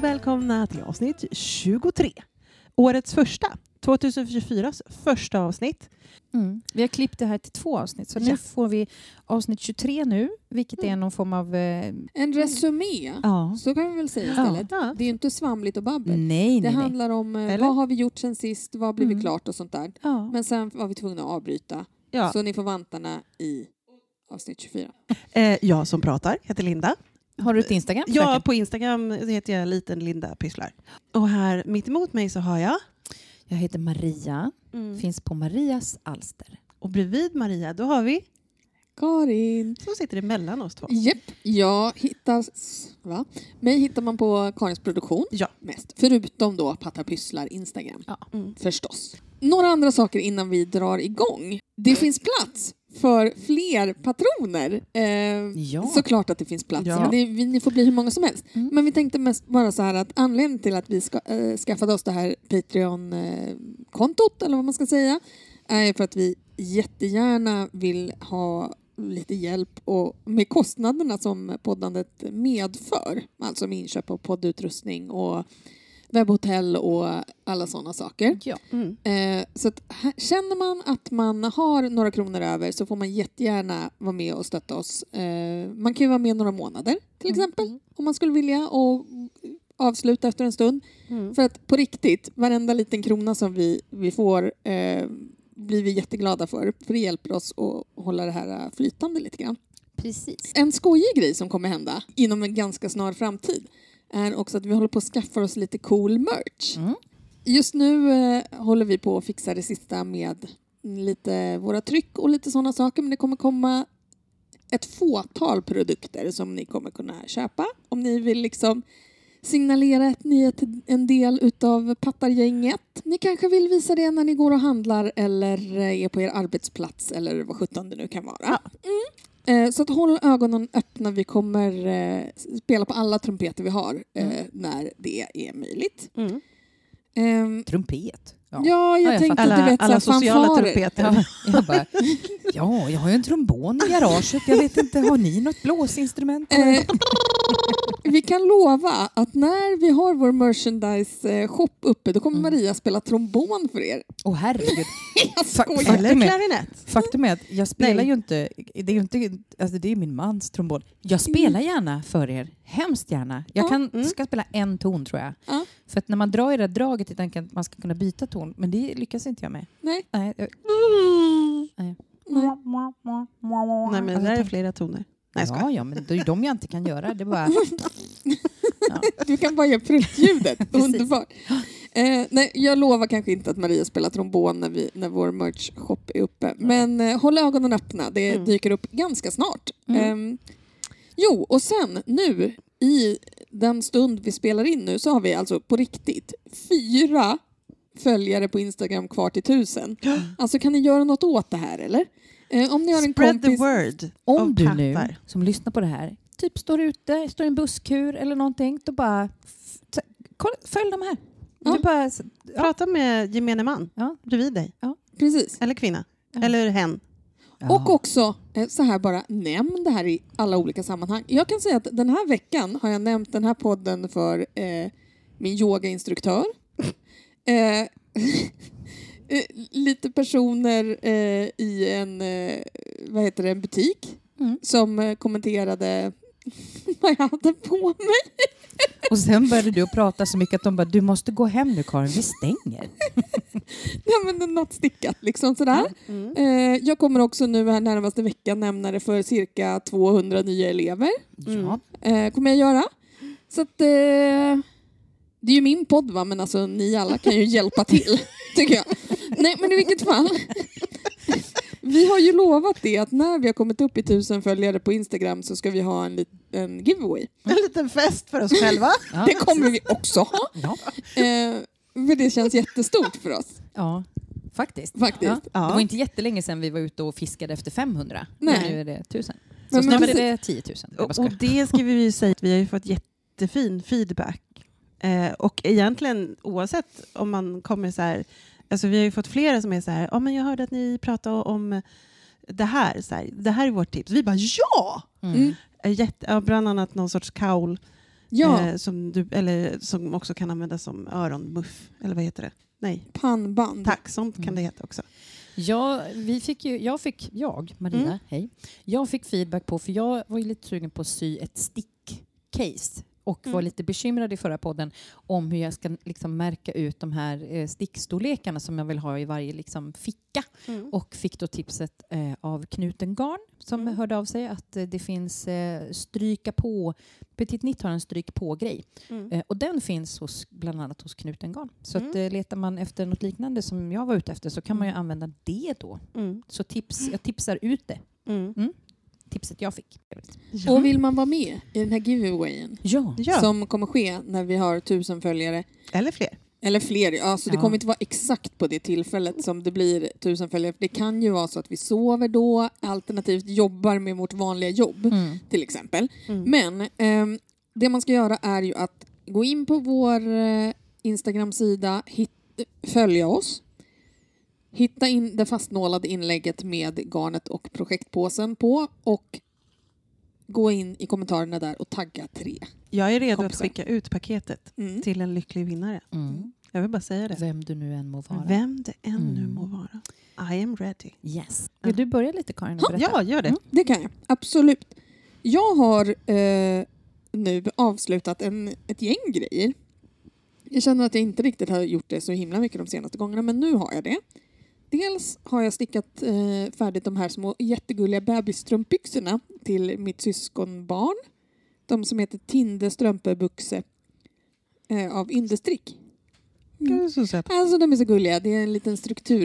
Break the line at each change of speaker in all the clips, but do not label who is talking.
och välkomna till avsnitt 23. Årets första, 2024s första avsnitt.
Vi har klippt det här till 2 avsnitt. Så nu får vi avsnitt 23 nu. Vilket är någon form av...
En resumé. Så kan vi väl säga istället. Ja. Det är ju inte svamligt och babbel.
Nej.
Det handlar om vad har vi gjort sen sist? Vad blir vi klart och sånt där. Ja. Men sen var vi tvungna att avbryta. Ja. Så ni får vantarna i avsnitt 24.
Jag som pratar heter Linda.
Har du ett Instagram?
Ja, på Instagram heter jag Liten Linda Pysslar. Och här mitt emot mig så har jag...
Jag heter Maria. Finns på Marias alster.
Och bredvid Maria då har vi...
Karin.
Som sitter emellan oss två.
Japp, mig hittar man på Karins produktion mest. Förutom då Patta Pysslar Instagram. Ja. Förstås. Några andra saker innan vi drar igång. Det finns plats för fler patroner. Såklart att det finns plats. Ja. Ni får bli hur många som helst. Men vi tänkte mest bara så här att anledningen till att vi skaffade oss det här Patreon-kontot eller vad man ska säga är för att vi jättegärna vill ha lite hjälp och med kostnaderna som poddandet medför. Alltså med inköp av poddutrustning och webbhotell och alla sådana saker. Ja. Så att känner man att man har några kronor över så får man jättegärna vara med och stötta oss. Man kan ju vara med några månader till exempel om man skulle vilja och avsluta efter en stund. För att på riktigt, varenda liten krona som vi får blir vi jätteglada för det hjälper oss att hålla det här flytande lite grann.
Precis.
En skojig grej som kommer hända inom en ganska snar framtid är också att vi håller på att skaffa oss lite cool merch. Just nu håller vi på att fixa det sista med lite våra tryck och lite sådana saker. Men det kommer komma ett fåtal produkter som ni kommer kunna köpa. Om ni vill liksom signalera att ni är en del utav pattargänget. Ni kanske vill visa det när ni går och handlar eller är på er arbetsplats eller vad 17 det nu kan vara. Så att håll ögonen öppna. Vi kommer spela på alla trumpeter vi har när det är möjligt.
Trumpet?
Ja, jag tänkte att du vet
alla sociala trumpeter.
Ja, jag har ju en trombon i garaget. Jag vet inte, har ni något blåsinstrument?
Vi kan lova att när vi har vår merchandise-shop uppe då kommer Maria spela trombon för er.
Åh herregud.
Eller klarinett.
Faktum är att jag spelar ju inte, det är ju inte, alltså det är min mans trombon. Jag spelar gärna för er, hemskt gärna. Jag ska spela en ton tror jag. För att när man drar i det draget i tanken att man ska kunna byta ton, men det lyckas inte jag med.
Nej.
Nej, men det där är flera toner. Nej,
ja, men det är de jag inte kan göra. Det är bara...
Du kan bara göra pruttljudet. Underbart. Nej, jag lovar kanske inte att Maria spelar trombon när vår merch-shop är uppe. Men håll ögonen öppna. Det dyker upp ganska snart. Och sen nu i den stund vi spelar in nu så har vi alltså på riktigt 4 följare på Instagram kvar till 1000. Alltså kan ni göra något åt det här eller? Om ni har en
Spread
kompis,
the word.
Om du nu som lyssnar på det här typ står ute, står i en busskur eller någonting, då bara följ de här. Du bara,
prata med gemene man bredvid dig.
Ja, precis.
Eller kvinna. Eller hen.
Och också så här bara nämn det här i alla olika sammanhang. Jag kan säga att den här veckan har jag nämnt den här podden för min yogainstruktör. Lite personer i en butik som kommenterade vad jag hade på mig.
Och sen började du prata så mycket att de bara, du måste gå hem nu Karin, vi stänger.
Ja men något stickat liksom sådär. Jag kommer också nu här närmaste veckan nämna det för cirka 200 nya elever. Kommer jag göra. Så att det är ju min podd va, men alltså ni alla kan ju hjälpa till tycker jag. Nej men i vilket fall. Vi har ju lovat det att när vi har kommit upp i 1000 följare på Instagram så ska vi ha en giveaway.
En liten fest för oss själva.
Det kommer vi också ha. För det känns jättestort för oss.
Ja, faktiskt.
Ja.
Det var inte jättelänge sedan vi var ute och fiskade efter 500.
Nej.
Men nu är det 1000. Så snart är det 10 000.
Och det ska vi ju säga att vi har ju fått jättefin feedback. Och egentligen oavsett om man kommer så här. Alltså vi har ju fått flera som är så här, men jag hörde att ni pratade om det här, det här är vårt tips. Vi bara, bland annat någon sorts kaul
Ja.
Som också kan användas som öronmuff. Eller vad heter det? Nej.
Pannband.
Tack, sånt kan det heta också.
Ja, Maria, hej. Jag fick feedback på, för jag var ju lite sugen på att sy ett stickcase. Och var lite bekymrad i förra podden om hur jag ska liksom märka ut de här stickstorlekarna som jag vill ha i varje liksom ficka. Och fick då tipset av Knuten Garn som hörde av sig att det finns stryka på. Petit Nitt har en stryk på-grej. Och den finns bland annat hos Knuten Garn. Så att, letar man efter något liknande som jag var ute efter så kan man ju använda det då. Så jag tipsar ut det. Tipset jag fick.
Ja. Och vill man vara med i den här giveawayen som kommer ske när vi har 1000 följare. Eller fler. Alltså det kommer inte vara exakt på det tillfället som det blir 1000 följare. Det kan ju vara så att vi sover då, alternativt jobbar med vårt vanliga jobb till exempel. Men det man ska göra är ju att gå in på vår Instagram-sida, följa oss. Hitta in det fastnålade inlägget med garnet och projektpåsen på och gå in i kommentarerna där och tagga 3.
Jag är redo att skicka ut paketet till en lycklig vinnare. Jag vill bara säga det.
Vem du nu än må vara.
I am ready.
Yes. Vill du börja lite, Karin, och berätta?
Ja, gör det.
Det kan jag. Absolut. Jag har nu avslutat ett gäng grejer. Jag känner att jag inte riktigt har gjort det så himla mycket de senaste gångerna, men nu har jag det. Dels har jag stickat färdigt de här små jättegulliga bebisstrumpbyxorna till mitt syskonbarn. De som heter Tinde strumpebuxe av Yndestrick. Alltså de är så gulliga. Det är en liten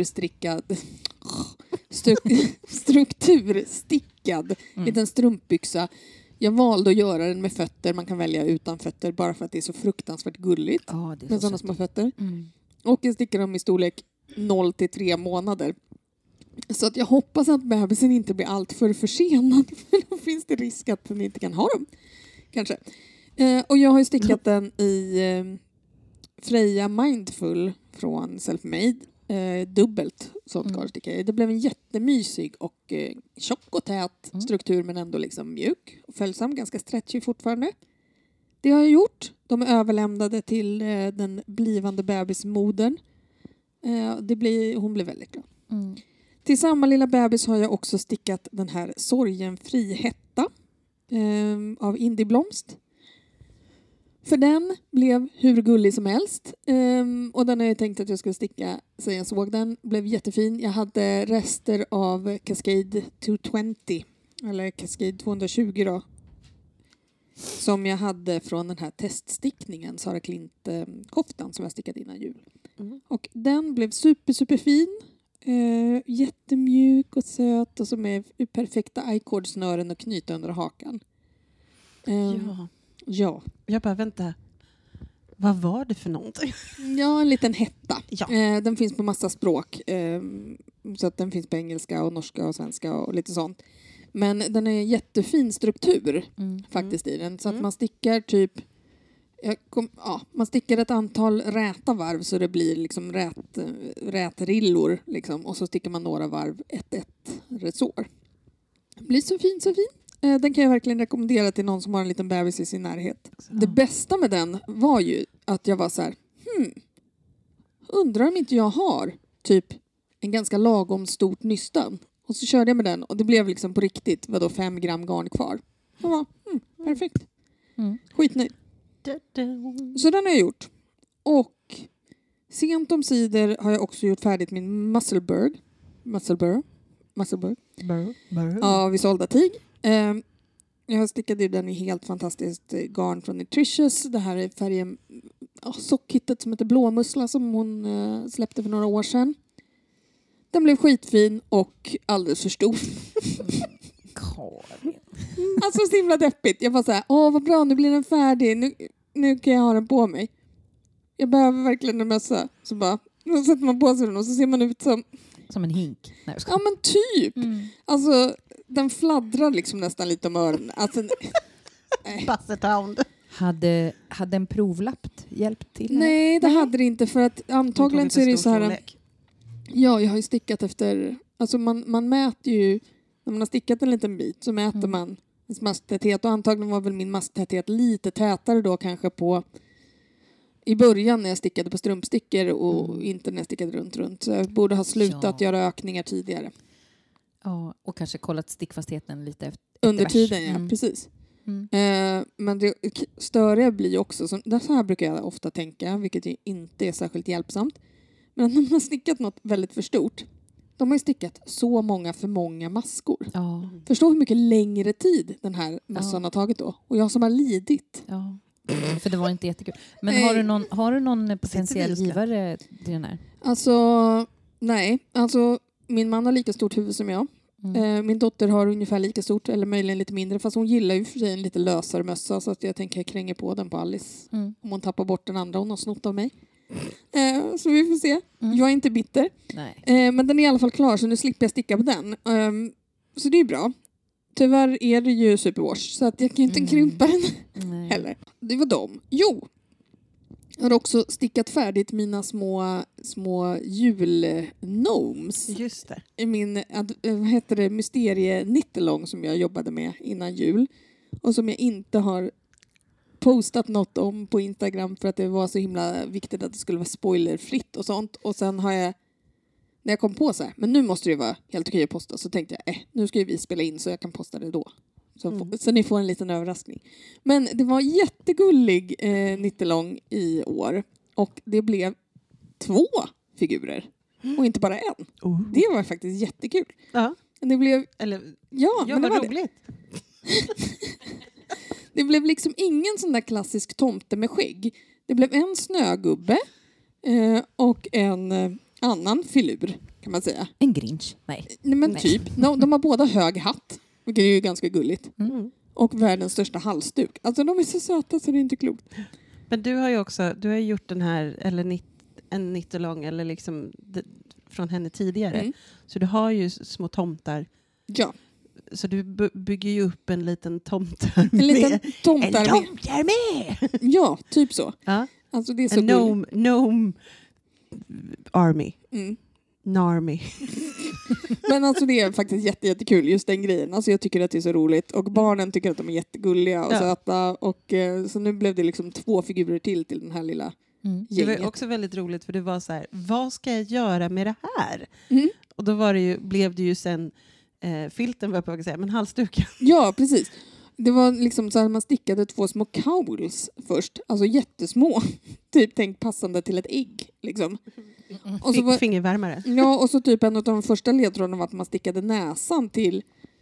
strukturstickad liten strumpbyxa. Jag valde att göra den med fötter. Man kan välja utan fötter bara för att det är så fruktansvärt gulligt med sådana små fötter. Och jag stickar dem i storlek 0-3 månader. Så att jag hoppas att bebisen inte blir allt för försenad. För då finns det risk att den inte kan ha dem. Kanske. Och jag har ju stickat den i Freja Mindful från Selfmade. Dubbelt sånt garnstickare. Det blev en jättemysig och tjock och tät struktur, men ändå liksom mjuk och följsam, ganska stretchy fortfarande. Det har jag gjort. De är överlämnade till den blivande bebismodern. Hon blir väldigt glad. Till samma lilla bebis har jag också stickat den här Sorgenfri hetta av Indieblomst. För den blev hur gullig som helst. Och den har jag tänkt att jag skulle sticka så jag såg den. Blev jättefin. Jag hade rester av Cascade 220. Eller Cascade 220 då. Som jag hade från den här teststickningen. Sara Klint-koftan som jag stickat innan jul. Och den blev superfin. Jättemjuk och söt. Och som är perfekta i-kordsnören och knyta under hakan. Ja.
Jag bara, vänta. Vad var det för någonting?
Ja, en liten hetta.
Ja.
Den finns på massa språk. Så att den finns på engelska och norska och svenska och lite sånt. Men den är jättefin struktur faktiskt i den. Så att man stickar typ... man stickar ett antal räta varv så det blir liksom rätrillor. Liksom, och så stickar man några varv ett resår. Det blir så fin. Den kan jag verkligen rekommendera till någon som har en liten bebis i sin närhet. Det bästa med den var ju att jag var så här, undrar om inte jag har typ en ganska lagom stort nystan. Och så körde jag med den och det blev liksom på riktigt 5 gram garn kvar. Jag var perfekt. Skitnöjd. Så den har jag gjort. Och sent om sidor har jag också gjort färdigt min Musselburgh. Ja, vid sålda tyg. Jag stickade den i helt fantastiskt garn från Nutritious. Det här är färgen sockhittet som heter Blåmussla som hon släppte för några år sedan. Den blev skitfin och alldeles för stor. Alltså så himla deppigt. Jag var så här, vad bra, nu blir den färdig. Nu kan jag ha den på mig. Jag behöver verkligen en mössa. Så sätter man på sig den och så ser man ut
som en hink. Nej,
ja, men typ. Alltså, den fladdrar liksom nästan lite om öronen. Alltså,
Basset Hound.
Hade en provlapp hjälpt till?
Nej, det hade det inte. För att antagligen så är det så här... Ja, jag har ju stickat efter... Alltså man mäter ju... När man har stickat en liten bit så mäter man masktäthet. Och antagligen var väl min masktäthet lite tätare då kanske i början när jag stickade på strumpstickor och inte när jag stickade runt. Så jag borde ha slutat göra ökningar tidigare.
Ja, och kanske kollat stickfastheten lite efter
under tiden, ja. Precis. Men det störiga blir också, så här brukar jag ofta tänka, vilket ju inte är särskilt hjälpsamt. Men att när man har stickat något väldigt för stort, de har ju stickat så många för många maskor.
Ja.
Förstå hur mycket längre tid den här mössan har tagit då. Och jag som har lidit.
Ja. För det var inte jättekul. Men har du någon potentiell givare till den här?
Alltså, nej. Alltså, min man har lika stort huvud som jag. Min dotter har ungefär lika stort, eller möjligen lite mindre. Fast hon gillar ju för sig en lite lösare mössa. Så att jag tänker jag kränger på den på Alice. Om hon tappar bort den andra hon har snott av mig. Så vi får se. Jag är inte bitter. Men den är i alla fall klar, så nu slipper jag sticka på den. Så det är bra. Tyvärr är det ju superwash, så att jag kan inte krympa den heller. Det var dem. Jo, jag har också stickat färdigt mina små julgnomes.
Just det.
I min mysterie-nittelång som jag jobbade med innan jul. Och som jag inte har postat något om på Instagram för att det var så himla viktigt att det skulle vara spoilerfritt och sånt. Och sen har jag, när jag kom på så här, men nu måste det vara helt okej att posta, så tänkte jag, nu ska ju vi spela in så jag kan posta det då. Så ni får en liten överraskning. Men det var jättegullig nittelång i år. Och det blev 2 figurer. Och inte bara en. Det var faktiskt jättekul.
Ja.
Det blev...
Ja, men det var roligt.
Det blev liksom ingen sån där klassisk tomte med skägg. Det blev en snögubbe och en annan filur, kan man säga.
En Grinch? Nej.
Men typ. De har båda hög hatt, vilket är ju ganska gulligt. Och världens största halsduk. Alltså de är så söta så det är inte klokt.
Men du har ju gjort den här, eller en nittelång, eller liksom från henne tidigare. Så du har ju små tomtar.
Ja.
Så du bygger ju upp en liten tomtarmé.
En liten
tomtarmé!
Ja, typ så.
Ja.
Alltså det är så
gnome army. Narmy.
Men alltså det är faktiskt jättekul, just den grejen. Alltså jag tycker att det är så roligt. Och barnen tycker att de är jättegulliga och söta. Och så nu blev det liksom 2 figurer till den här lilla gänget.
Det var också väldigt roligt, för det var så här, vad ska jag göra med det här? Och då blev det ju sen filten, var jag på väg att säga, men halsduken.
Ja, precis. Det var liksom så att man stickade 2 små cowls först. Alltså jättesmå. Typ tänk passande till ett ägg. Liksom. Och så
fingervärmare.
Ja, och så typ en av de första ledtrådarna var att man stickade näsan till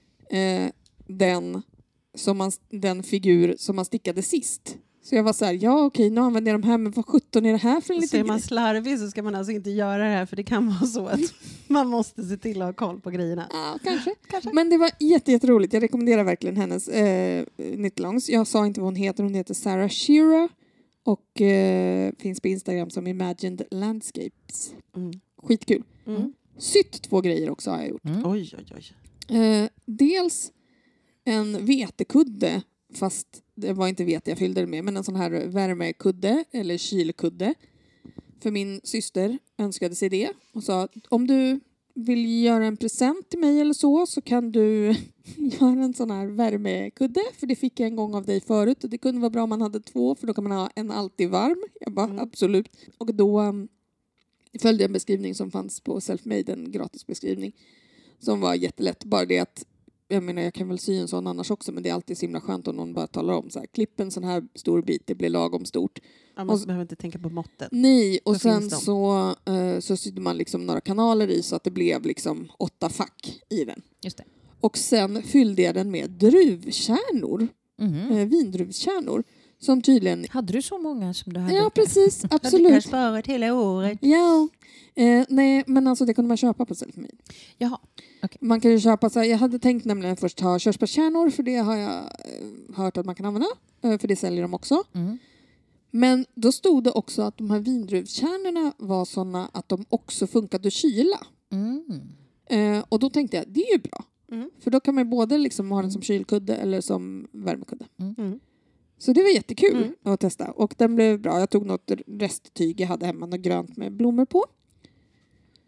den figur som man stickade sist. Så jag var så här, nu använder jag de här, men vad 17 är det här för en liten
grej? Så är man slarvig så ska man alltså inte göra det här, för det kan vara så att man måste se till att ha koll på grejerna.
Ja, kanske. Men det var jätteroligt. Jag rekommenderar verkligen hennes nittelångs. Jag sa inte vad hon heter Sarah Shearer och finns på Instagram som Imagined Landscapes. Skitkul. Sytt 2 grejer också har jag gjort.
Oj.
Dels en vetekudde, fast det var inte vete jag fyllde det med, men en sån här värmekudde eller kylkudde. För min syster önskade sig det och sa, om du vill göra en present till mig eller så kan du göra en sån här värmekudde, för det fick jag en gång av dig förut och det kunde vara bra om man hade 2, för då kan man ha en alltid varm. Jag bara, absolut. Och då följde jag en beskrivning som fanns på Selfmade, en gratis beskrivning som var jättelätt. Bara det att jag kan väl sy en sån annars också, men det är alltid så himla skönt om någon bara talar om så här, klipp en sån här stor bit, det blir lagom stort.
Ja, man behöver inte tänka på måtten.
Nej, och sen så sydde man liksom några kanaler i så att det blev liksom 8 fack i den.
Just det.
Och sen fyllde jag den med druvkärnor. Vindruvskärnor. Som tydligen...
Hade du så många som du hade?
Ja, precis. Absolut.
Har du sparat hela året?
Ja. Nej, men alltså det kunde man köpa på Selfmade.
Jaha. Okay.
Man kan ju köpa så här, jag hade tänkt nämligen först ha körsbärskärnor, för det har jag hört att man kan använda. För det säljer de också. Men då stod det också att de här vindruvskärnorna var såna att de också funkade att kyla. Och då tänkte jag, det är ju bra. För då kan man både liksom ha den som kylkudde eller som värmekudde. Så det var jättekul att testa. Och den blev bra. Jag tog något resttyg jag hade hemma, något grönt med blommor på.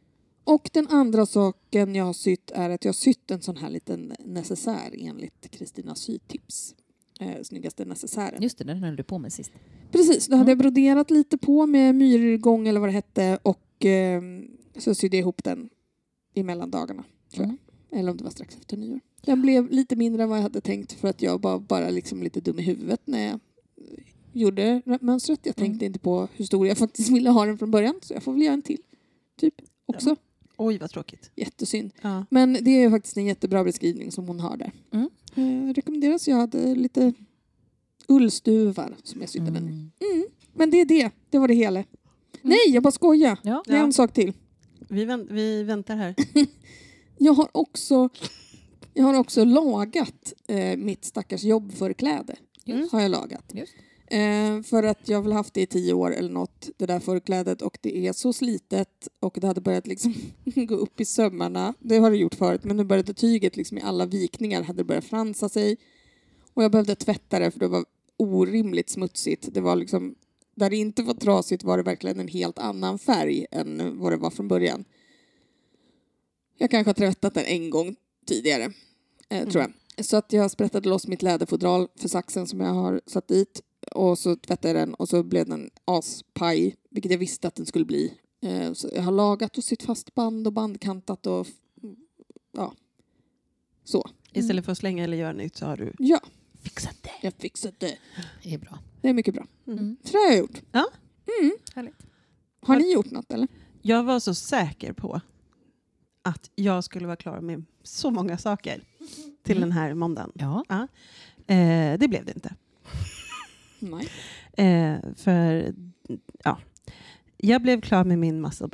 Och den andra saken jag har sytt är att jag har sytt en sån här liten necessär enligt Kristinas sytips. Snyggaste necessären.
Just det, den höll du på med sist.
Precis, då hade jag broderat lite på med myrgång eller vad det hette och så sydde jag ihop den i mellandagarna, tror jag. Eller om det var strax efter nyår. Den blev lite mindre än vad jag hade tänkt för att jag var bara liksom lite dum i huvudet när jag gjorde mönstret. Jag tänkte inte på hur stor jag faktiskt ville ha den från början, så jag får väl göra en till. Typ, också.
Ja. Oj, vad tråkigt.
Jättesynd.
Ja.
Men det är faktiskt en jättebra beskrivning som hon har där. Rekommenderas. Jag hade lite ullstuvar som jag sydde den i. Men det är det. Det var det hela. Nej, jag bara skojar.
Ja.
Det är en sak till.
Vi väntar här.
Jag har också lagat mitt stackars jobbförkläde. Har jag lagat.
Just.
För att jag har väl haft det i 10 år eller något, det där förklädet, och det är så slitet och det hade börjat liksom gå upp i sömmarna. Det har det gjort förut, men nu började tyget liksom i alla vikningar hade börjat fransa sig. Och jag behövde tvätta det för det var orimligt smutsigt. Det var liksom, där det inte var trasigt var det verkligen en helt annan färg än vad det var från början. Jag kanske har tvättat den en gång tidigare, tror jag. Så att jag sprättade loss mitt läderfodral för saxen som jag har satt dit. Och så tvättade jag den och så blev den aspaj, vilket jag visste att den skulle bli. Så jag har lagat och sytt fast band och bandkantat och ja, så.
Istället för att slänga eller göra nytt så har du
fixat det. Jag fixat det.
Det är bra.
Det är mycket bra. Så det har jag gjort.
Ja.
Härligt.
Har ni gjort något eller?
Jag var så säker på att jag skulle vara klar med så många saker till den här måndagen.
Ja.
Det blev det inte.
Nej.
För jag blev klar med min muscle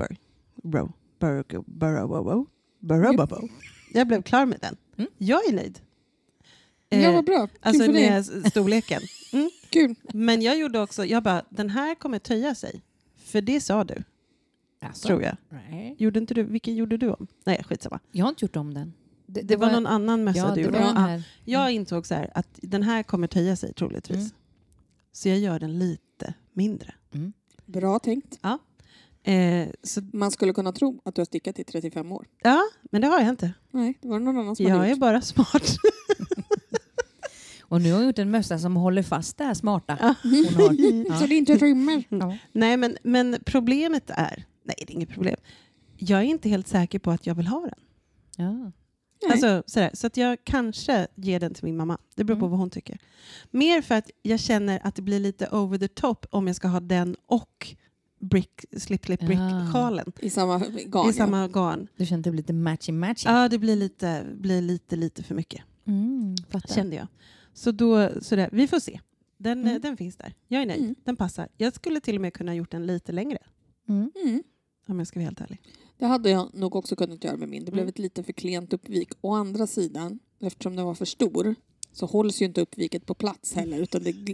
burrow. Jag blev klar med den. Jag är nöjd.
Ja, vad bra. Kul
Alltså
för
med
dig.
storleken.
Kul.
Men jag gjorde också, jag bara, den här kommer töja sig. För det sa du,
Alltså.
tror jag.
Nej.
Gjorde inte du? Vilken gjorde du om? Nej, skitsamma.
Jag har inte gjort om den.
Det var någon annan mössa du
det
gjorde
var
om.
den här.
Jag insåg så här att den här kommer töja sig troligtvis. Så jag gör den lite mindre.
Bra tänkt.
Ja. Så,
Man skulle kunna tro att du har stickat i 35 år.
ja, men det har jag inte.
Nej, det var någon annan som
Jag
hade
är
gjort.
bara smart.
Och nu har hon gjort en mössa som håller fast det här smarta.
Ja.
Hon har.
Så det inte rymmer.
Ja.
Nej, men problemet är... Nej, det är inget problem. Jag är inte helt säker på att jag vill ha den.
Ja.
Nej.
Alltså, sådär. Så att jag kanske ger den till min mamma. Det beror på vad hon tycker. Mer för att jag känner att det blir lite over the top om jag ska ha den och slip-slip-brick-sjalen
I samma garn.
i samma garn.
Du kände att det blev lite matchy-matchy.
Ja, det blir lite för mycket.
Fattar.
Kände jag. Så då, sådär, vi får se. Den finns där. Jag är nöjd. Den passar. Jag skulle till och med kunna gjort den lite längre. Om jag ska vara helt ärlig.
Det hade jag nog också kunnat göra med min. Det blev ett lite för klent uppvik. Å andra sidan, eftersom den var för stor, så hålls ju inte uppviket på plats heller. Utan det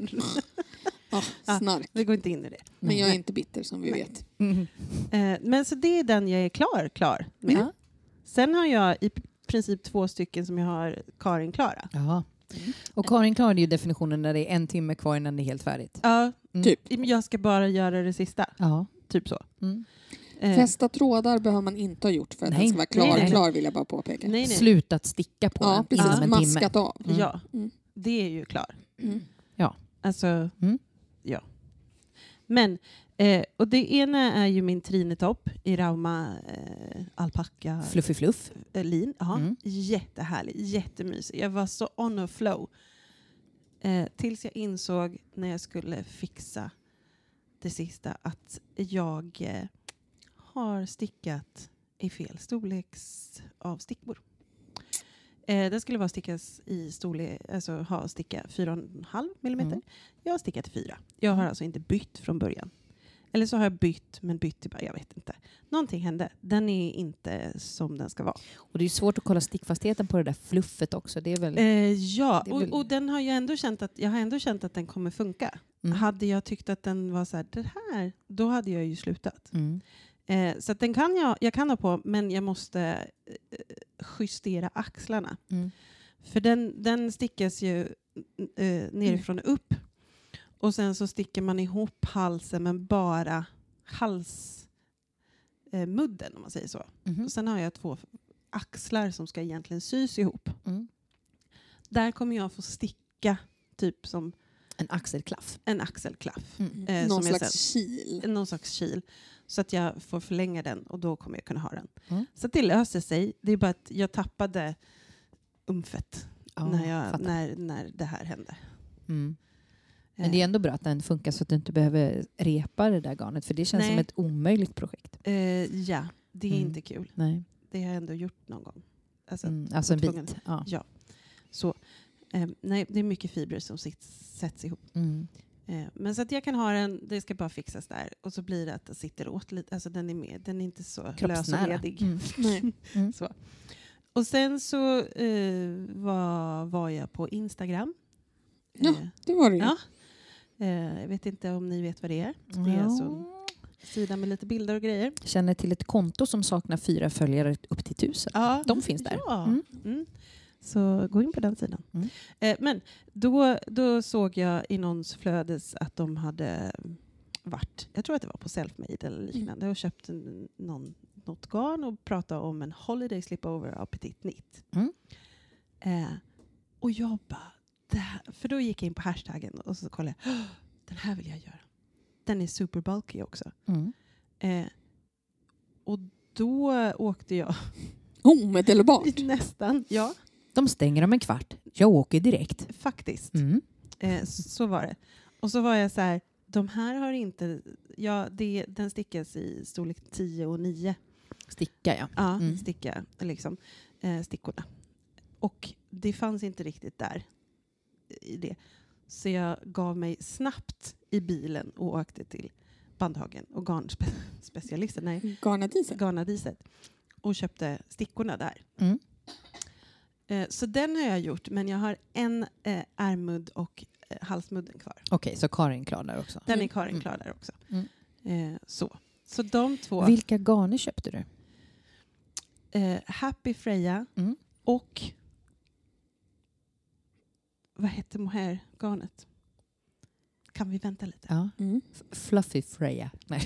snark.
Vi går inte in i det.
Men jag är inte bitter som vi vet.
Men så det är den jag är klar med.
Ja.
Sen har jag i princip 2 stycken som jag har Karin klara.
Ja. Och Karin klarade ju definitionen när det är 1 timme kvar innan det är helt färdigt.
Ja,
Typ.
jag ska bara göra det sista.
Ja.
Typ så.
Fästa trådar behöver man inte ha gjort för att
Nej.
den ska vara klar.
Nej.
Klar vill jag bara påpeka.
Nej.
Slutat sticka på
Ja,
den
precis.
inom en timme.
Maskat av.
Ja,
Mm.
det är ju klar.
Ja.
Alltså,
Mm.
ja. Men, och det ena är ju min trinetopp i Rauma alpacka
Fluffy fluff.
lin. Ja, jättehärlig, jättemysig. Jag var så on a flow. Tills jag insåg när jag skulle fixa det sista att jag har stickat i fel storleks av stickbor. Den skulle vara stickas i storlek, alltså sticka 4,5 millimeter. Jag har stickat 4. Jag har alltså inte bytt från början. Eller så har jag bytt, men bytt till bara, jag vet inte. Någonting hände. Den är inte som den ska vara.
Och det är svårt att kolla stickfastheten på det där fluffet också. Det är väl...
Ja,
det är väl...
och den har jag ändå känt att den kommer funka. Hade jag tyckt att den var så här, det här, då hade jag ju slutat. Så att den jag kan ha på, men jag måste justera axlarna. För den stickas ju nerifrån och upp. Och sen så sticker man ihop halsen, men bara mudden, om man säger så. Och sen har jag 2 axlar som ska egentligen sys ihop. Där kommer jag få sticka typ som
en axelklaff.
Någon slags kil.
Någon slags kil. Så att jag får förlänga den och då kommer jag kunna ha den. Så att det löser sig. Det är bara att jag tappade umfet när det här hände.
Men det är ändå bra att den funkar så att du inte behöver repa det där garnet. För det känns som ett omöjligt projekt.
Ja, det är inte kul.
Nej.
Det har jag ändå gjort någon gång.
Alltså en bit.
Ja. Så, nej, det är mycket fibrer som sätts ihop. Men så att jag kan ha den, det ska bara fixas där. Och så blir det att det sitter åt lite. Alltså den är inte så lös och ledig. Så. Och sen så var jag på Instagram.
Ja, det var det ju.
Ja. Jag vet inte om ni vet vad det är. Det är alltså en sida med lite bilder och grejer.
Känner till ett konto som saknar 4 följare upp till 1000.
Ja.
De finns där.
Ja. Så gå in på den sidan. Men då såg jag i någons flödes att de hade varit, jag tror att det var på Selfmade eller liknande, och köpt något garn och pratade om en holiday slipover av Petit Knit. Och jag bara, för då gick jag in på hashtaggen och så kollade jag, den här vill jag göra. Den är super bulky också. Och då åkte jag
omedelbart.
Nästan, ja.
De stänger om en kvart. Jag åker direkt.
Faktiskt. Så var det. Och så var jag så här, de här har inte, den stickas i storlek 10 och 9.
Sticka, ja.
Ja, sticka liksom. Stickorna. Och det fanns inte riktigt där i det. Så jag gav mig snabbt i bilen och åkte till Bandhagen och garnspecialisten. Garnadiset. Och köpte stickorna där. Så den har jag gjort, men jag har en ärmudd och halsmudden kvar.
Okej, så Karin klar där också.
Den är Karin klar där också. Så de 2.
Vilka garner köpte du?
Happy Freja och vad heter mohair-garnet? Kan vi vänta lite?
Ja. Fluffy Freja. Nej.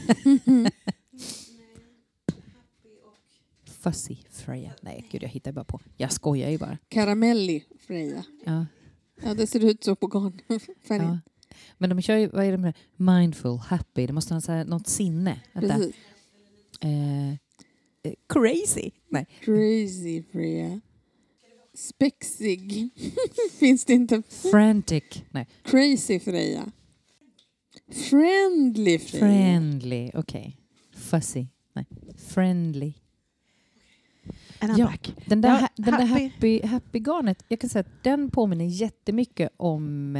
Fuzzy Freja. Nej, gud, jag hittar bara på. Jag skojar ju bara.
Karamelli Freja.
Ja.
Ja, det ser ut så på garnfärgen.
Ja. Men de kör ju, vad är det med mindful, happy? Det måste ha så här, något sinne.
Precis.
Crazy. Nej.
Crazy Freja. Spexig. Finns det inte?
Frantic. Nej.
Crazy Freja. Friendly Freja.
Friendly, okej. Fuzzy. Nej. Friendly. Den där happy garnet, jag kan säga att den påminner jättemycket om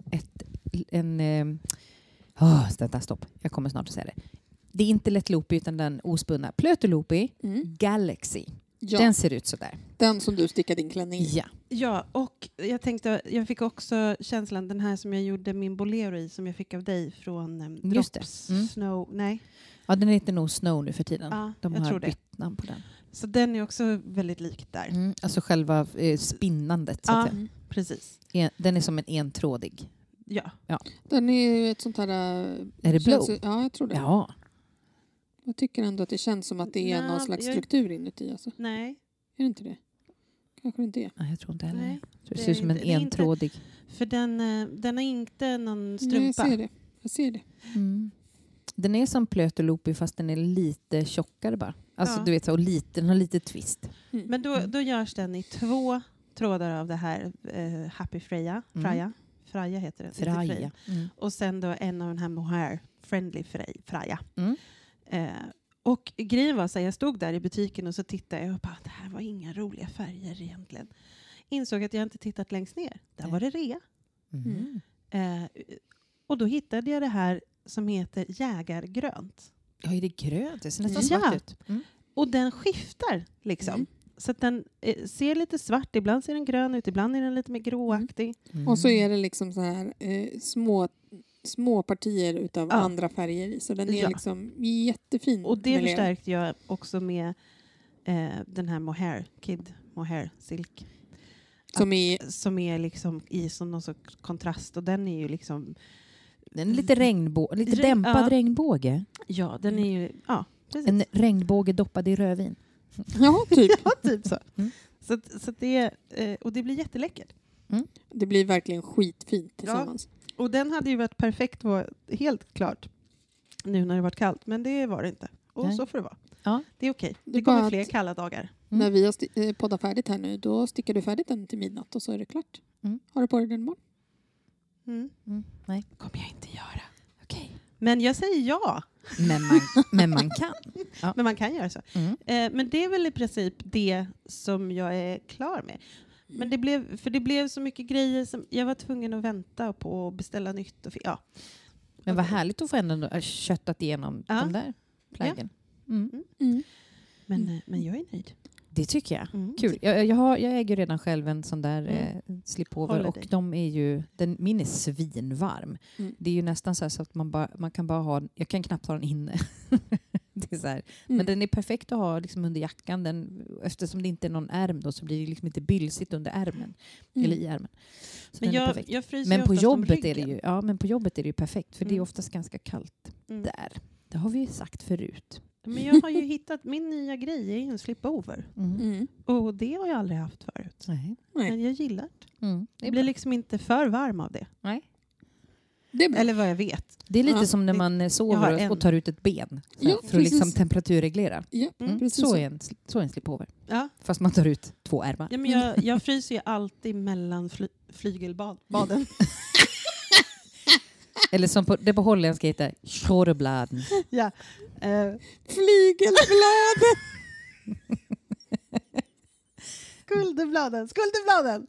stopp. Jag kommer snart att säga det. Det är inte lätt loopy utan den ospunna Plöteloopy Galaxy. Ja. Den ser ut så där.
Den som du stickade din klänning i.
Ja, och jag fick också känslan, den här som jag gjorde min bolero i, som jag fick av dig från Drops Snow. Nej.
Ja, den heter nog Snow nu för tiden.
Ja,
de har bytt namn på den.
Så den är också väldigt lik där.
Alltså själva spinnandet. Så att
precis.
Den är som en entrådig.
Ja.
Den är ju ett sånt här...
Är det blow?
Ja, jag tror det.
Ja.
Jag tycker ändå att det känns som att det är någon slags struktur inuti. Alltså.
Nej.
Är det inte det? Kanske det inte är.
Nej, jag tror inte heller.
Nej,
det ser ut som en entrådig.
Inte, för den har inte någon strumpa.
Nej, jag ser det.
Den är som Plöteloopy fast den är lite tjockare bara. Alltså du vet så, och den har lite twist.
Men då görs den i 2 trådar av det här Happy Freja. Freja heter den.
Freja.
Och sen då en av den här mohair Friendly Freja. Och grejen var så här, jag stod där i butiken och så tittade jag och bara, det här var inga roliga färger egentligen. Insåg att jag inte tittat längst ner. Där var det rea. Och då hittade jag det här som heter jägargrönt.
Ja, är det grönt? Det ser nästan svart ut.
Och den skiftar liksom. Så att den ser lite svart, ibland ser den grön ut, ibland är den lite mer gråaktig.
Och så är det liksom så här små partier utav andra färger i. Så den är liksom jättefin.
Och det förstärkte jag också med den här mohair silk. Som är liksom i som någon sorts kontrast. Och den är ju liksom...
Den är lite dämpad regnbåge.
Ja, den är ju... Ja, precis.
En regnbåge doppad i rödvin.
Ja, typ.
Ja, typ så. Så det, och det blir jätteläckert.
Det blir verkligen skitfint tillsammans.
Ja. Och den hade ju varit perfekt, var helt klart, nu när det varit kallt. Men det var det inte. Och
Nej.
så får det vara.
Ja.
Det är okej.
Det
Det
är
kommer
bara
fler
att-
kalla dagar.
När vi har poddat färdigt här nu, då stickar du färdigt den till midnatt och så är det klart. Har du på dig den imorgon?
Nej.
Kommer jag inte göra.
Okej.
Men jag säger ja.
Men man kan. Ja.
Men man kan göra så. Men det är väl i princip det som jag är klar med. Men det blev så mycket grejer som jag var tvungen att vänta på och beställa nytt. Och
Men vad härligt att få ändå köttat igenom de där plaggen.
Men jag är nöjd.
Det tycker jag.
Mm.
Kul. Jag äger redan själv en sån där slipover
Håller
och
dig.
de är ju, min är svinvarm. Det är ju nästan så att man kan bara ha, jag kan knappt ha den inne. Det är så här. Men den är perfekt att ha liksom under jackan. Eftersom det inte är någon ärm då, så blir det liksom inte bylsigt under ärmen. Eller i ärmen. Så
Men
den är perfekt.
jag fryser
Men
ju
på
oftast om
jobbet är det
ryggen.
ju, men på jobbet är det ju perfekt. För det är oftast ganska kallt där. Det har vi ju sagt förut.
Men jag har ju hittat, min nya grej är ju en slipover. Och det har jag aldrig haft förut.
Nej.
Men jag gillar det.
Det
Jag blir liksom inte för varm av det.
Nej.
Det är bra.
Eller vad jag vet.
Det är lite
Ja,
som när man
har
sover
en.
och tar ut ett ben.
Ja,
För att liksom
precis.
temperaturreglera.
Ja, precis
Så är en slipover.
Ja.
Fast man tar ut 2 ärmar.
Ja, men jag fryser ju alltid mellan flygelbaden.
Eller som det på holländska heter Schorebladen.
Ja.
Flygelbladen!
Skulderbladen!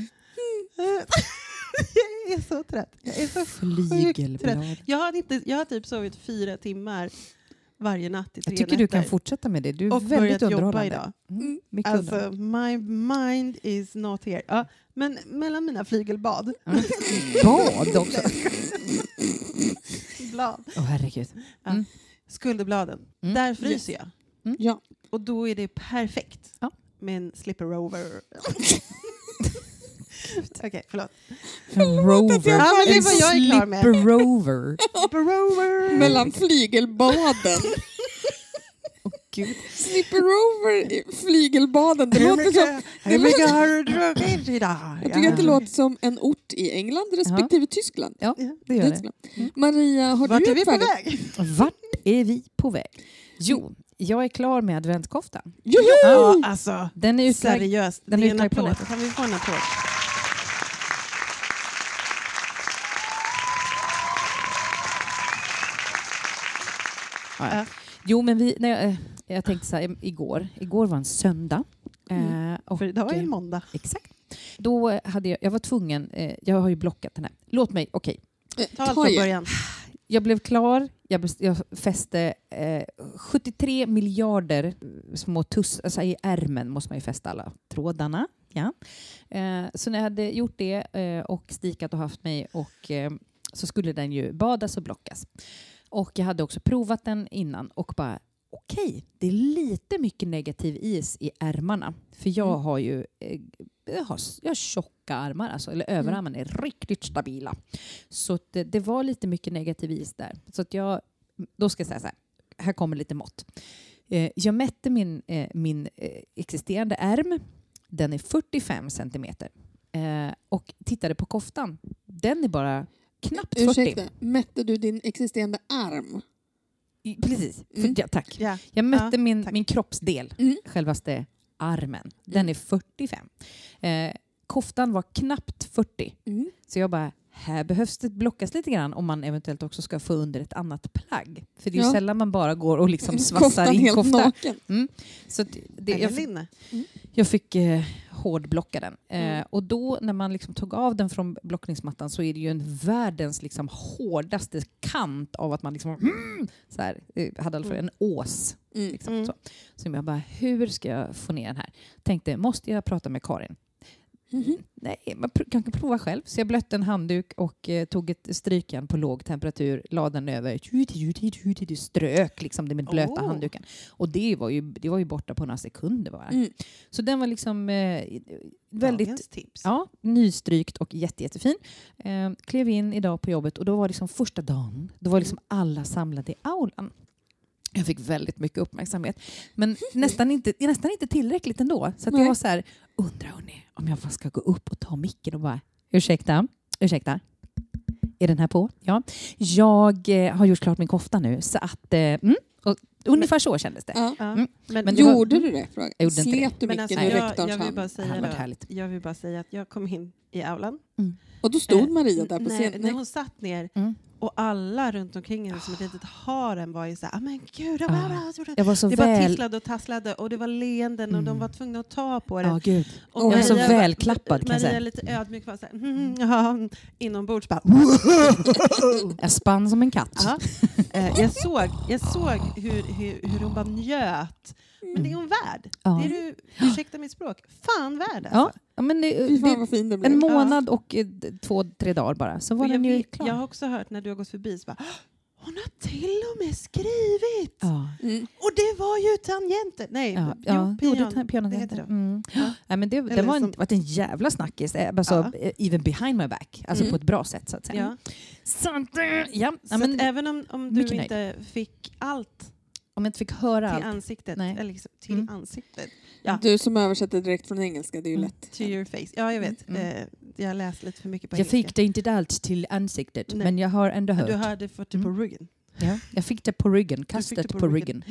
Jag är så trött. Jag är så sjukt
Flygelblad.
trött. Jag har typ sovit 4 timmar varje natt i 3
Jag tycker du kan fortsätta med det. Du är
och
väldigt
börjat jobba
underhållande.
idag.
Mycket
Alltså, my mind is not here. Ja, men mellan mina flygelbad.
Bad också.
Blad.
Herregud.
Ja. Skulderbladen. Där fryser jag.
Ja.
Och då är det perfekt.
Ja.
Med en slipper rover. Okej, förlåt.
Rover.
Ja, men det är vad jag är klar med.
Slipper rover.
Slipper rover.
Mellan flygelbaden.
Gud.
Slipper over i flygelbaden. Det låter som,
Hur mycket har du druckit idag?
jag tycker att det låter som en ort i England respektive Tyskland.
Ja, det gör det.
Tyskland. Maria, har
Vart
du
är vi på
färdigt?
väg?
Vart är vi på väg? Jo, jag är klar med adventskoftan.
Jojo!
Ja, alltså.
Den är utlagd.
Seriöst.
Den
Det
är
är en
utlagd på
applåd.
nätet.
Kan vi få en applåd?
Ja. Jo, men jag tänkte så här, igår var en söndag. Och,
För idag är det måndag.
Exakt. Då hade jag var tvungen, jag har ju blockat den här. Låt mig, okej.
Ta allt från början.
Jag blev klar, jag fäste 73 miljarder små tuss, alltså i ärmen måste man ju fästa alla trådarna. Ja. Så när jag hade gjort det och stikat och haft mig och så skulle den ju badas och blockas. Och jag hade också provat den innan och bara okej, det är lite mycket negativ is i ärmarna. För jag har ju jag har tjocka armar, alltså, eller överarmarna är riktigt stabila. Så det var lite mycket negativ is där. Så att då ska jag säga så här kommer lite mått. Jag mätte min existerande ärm. Den är 45 centimeter. Och tittade på koftan. Den är bara knappt 40.
Ursäkta, mätte du din existerande arm?
Precis, ja, tack.
Ja.
Jag mätte
tack.
min kroppsdel, självaste armen. Den är 45. Koftan var knappt 40. Så jag bara, här behövs det blockas lite grann om man eventuellt också ska få under ett annat plagg. För det är ju sällan man bara går och liksom svassar in
helt
koftan.
naken.
Så
Linne.
jag fick hårdblocka den. Och då när man liksom tog av den från blockningsmattan så är det ju en världens liksom hårdaste kant av att man liksom så här, hade alltså en ås. Liksom, så jag bara, hur ska jag få ner den här? Tänkte, måste jag prata med Karin? Nej, man kan prova själv. Så jag blötte en handduk och tog ett strykjärn på låg temperatur, lade den över, strök liksom det med blöta handduken. Och det var ju borta på några sekunder bara. Så den var liksom väldigt
tips.
Ja, nystrykt och jättefin. Klev in idag på jobbet och då var liksom första dagen, då var liksom alla samlade i aulan. Jag fick väldigt mycket uppmärksamhet. Men nästan inte tillräckligt ändå. Så att jag var så här, undrar hörni, om jag ska gå upp och ta micken och bara, ursäkta. Är den här på? Ja. Jag har gjort klart min kofta nu. Så att, och ungefär så kändes det.
Ja.
Men
gjorde du det?
Jag gjorde
Slet du
men
micken
alltså,
i rektorns hand?
jag vill bara säga att jag kom in i aulan.
Och då stod Maria där på scenen.
När hon satt ner och alla runt omkring henne som ett litet harem var ju så här, men gud,
jag var så
det bara tisslade och tasslade och det var leenden och de var tvungna att ta på det.
Gud.
Och
jag var så välklappad kan jag
Maria
säga.
lite ödmjuk var så här, inombords bara.
Jag spann som en katt.
Jag såg hur hon bara njöt. Men det är hon värd.
Ja.
Det är du, ursäkta mitt språk, fan värd alltså.
Ja, men
vad fin det blev.
en månad och 2-3 dagar bara. Så var den ju klar.
Jag har också hört när du har gått förbi så bara, hon har till och med skrivit.
Ja.
Och det var ju tangenter. Nej,
pianotangenter. Nej, men det var en jävla snackis. Alltså, even behind my back. Alltså på ett bra sätt så att säga.
Så
men,
även om du inte fick allt.
Om jag inte fick höra
till
allt.
Ansiktet. Eller liksom, till ansiktet.
Ja. Du som översätter direkt från engelska, det är ju lätt.
To your face. Ja, jag vet. Jag har läst lite för mycket på
engelska.
Jag
fick det inte allt till ansiktet, men jag har ändå hört.
Du hörde fått det på ryggen.
Ja, jag fick det på ryggen. Kastet på ryggen.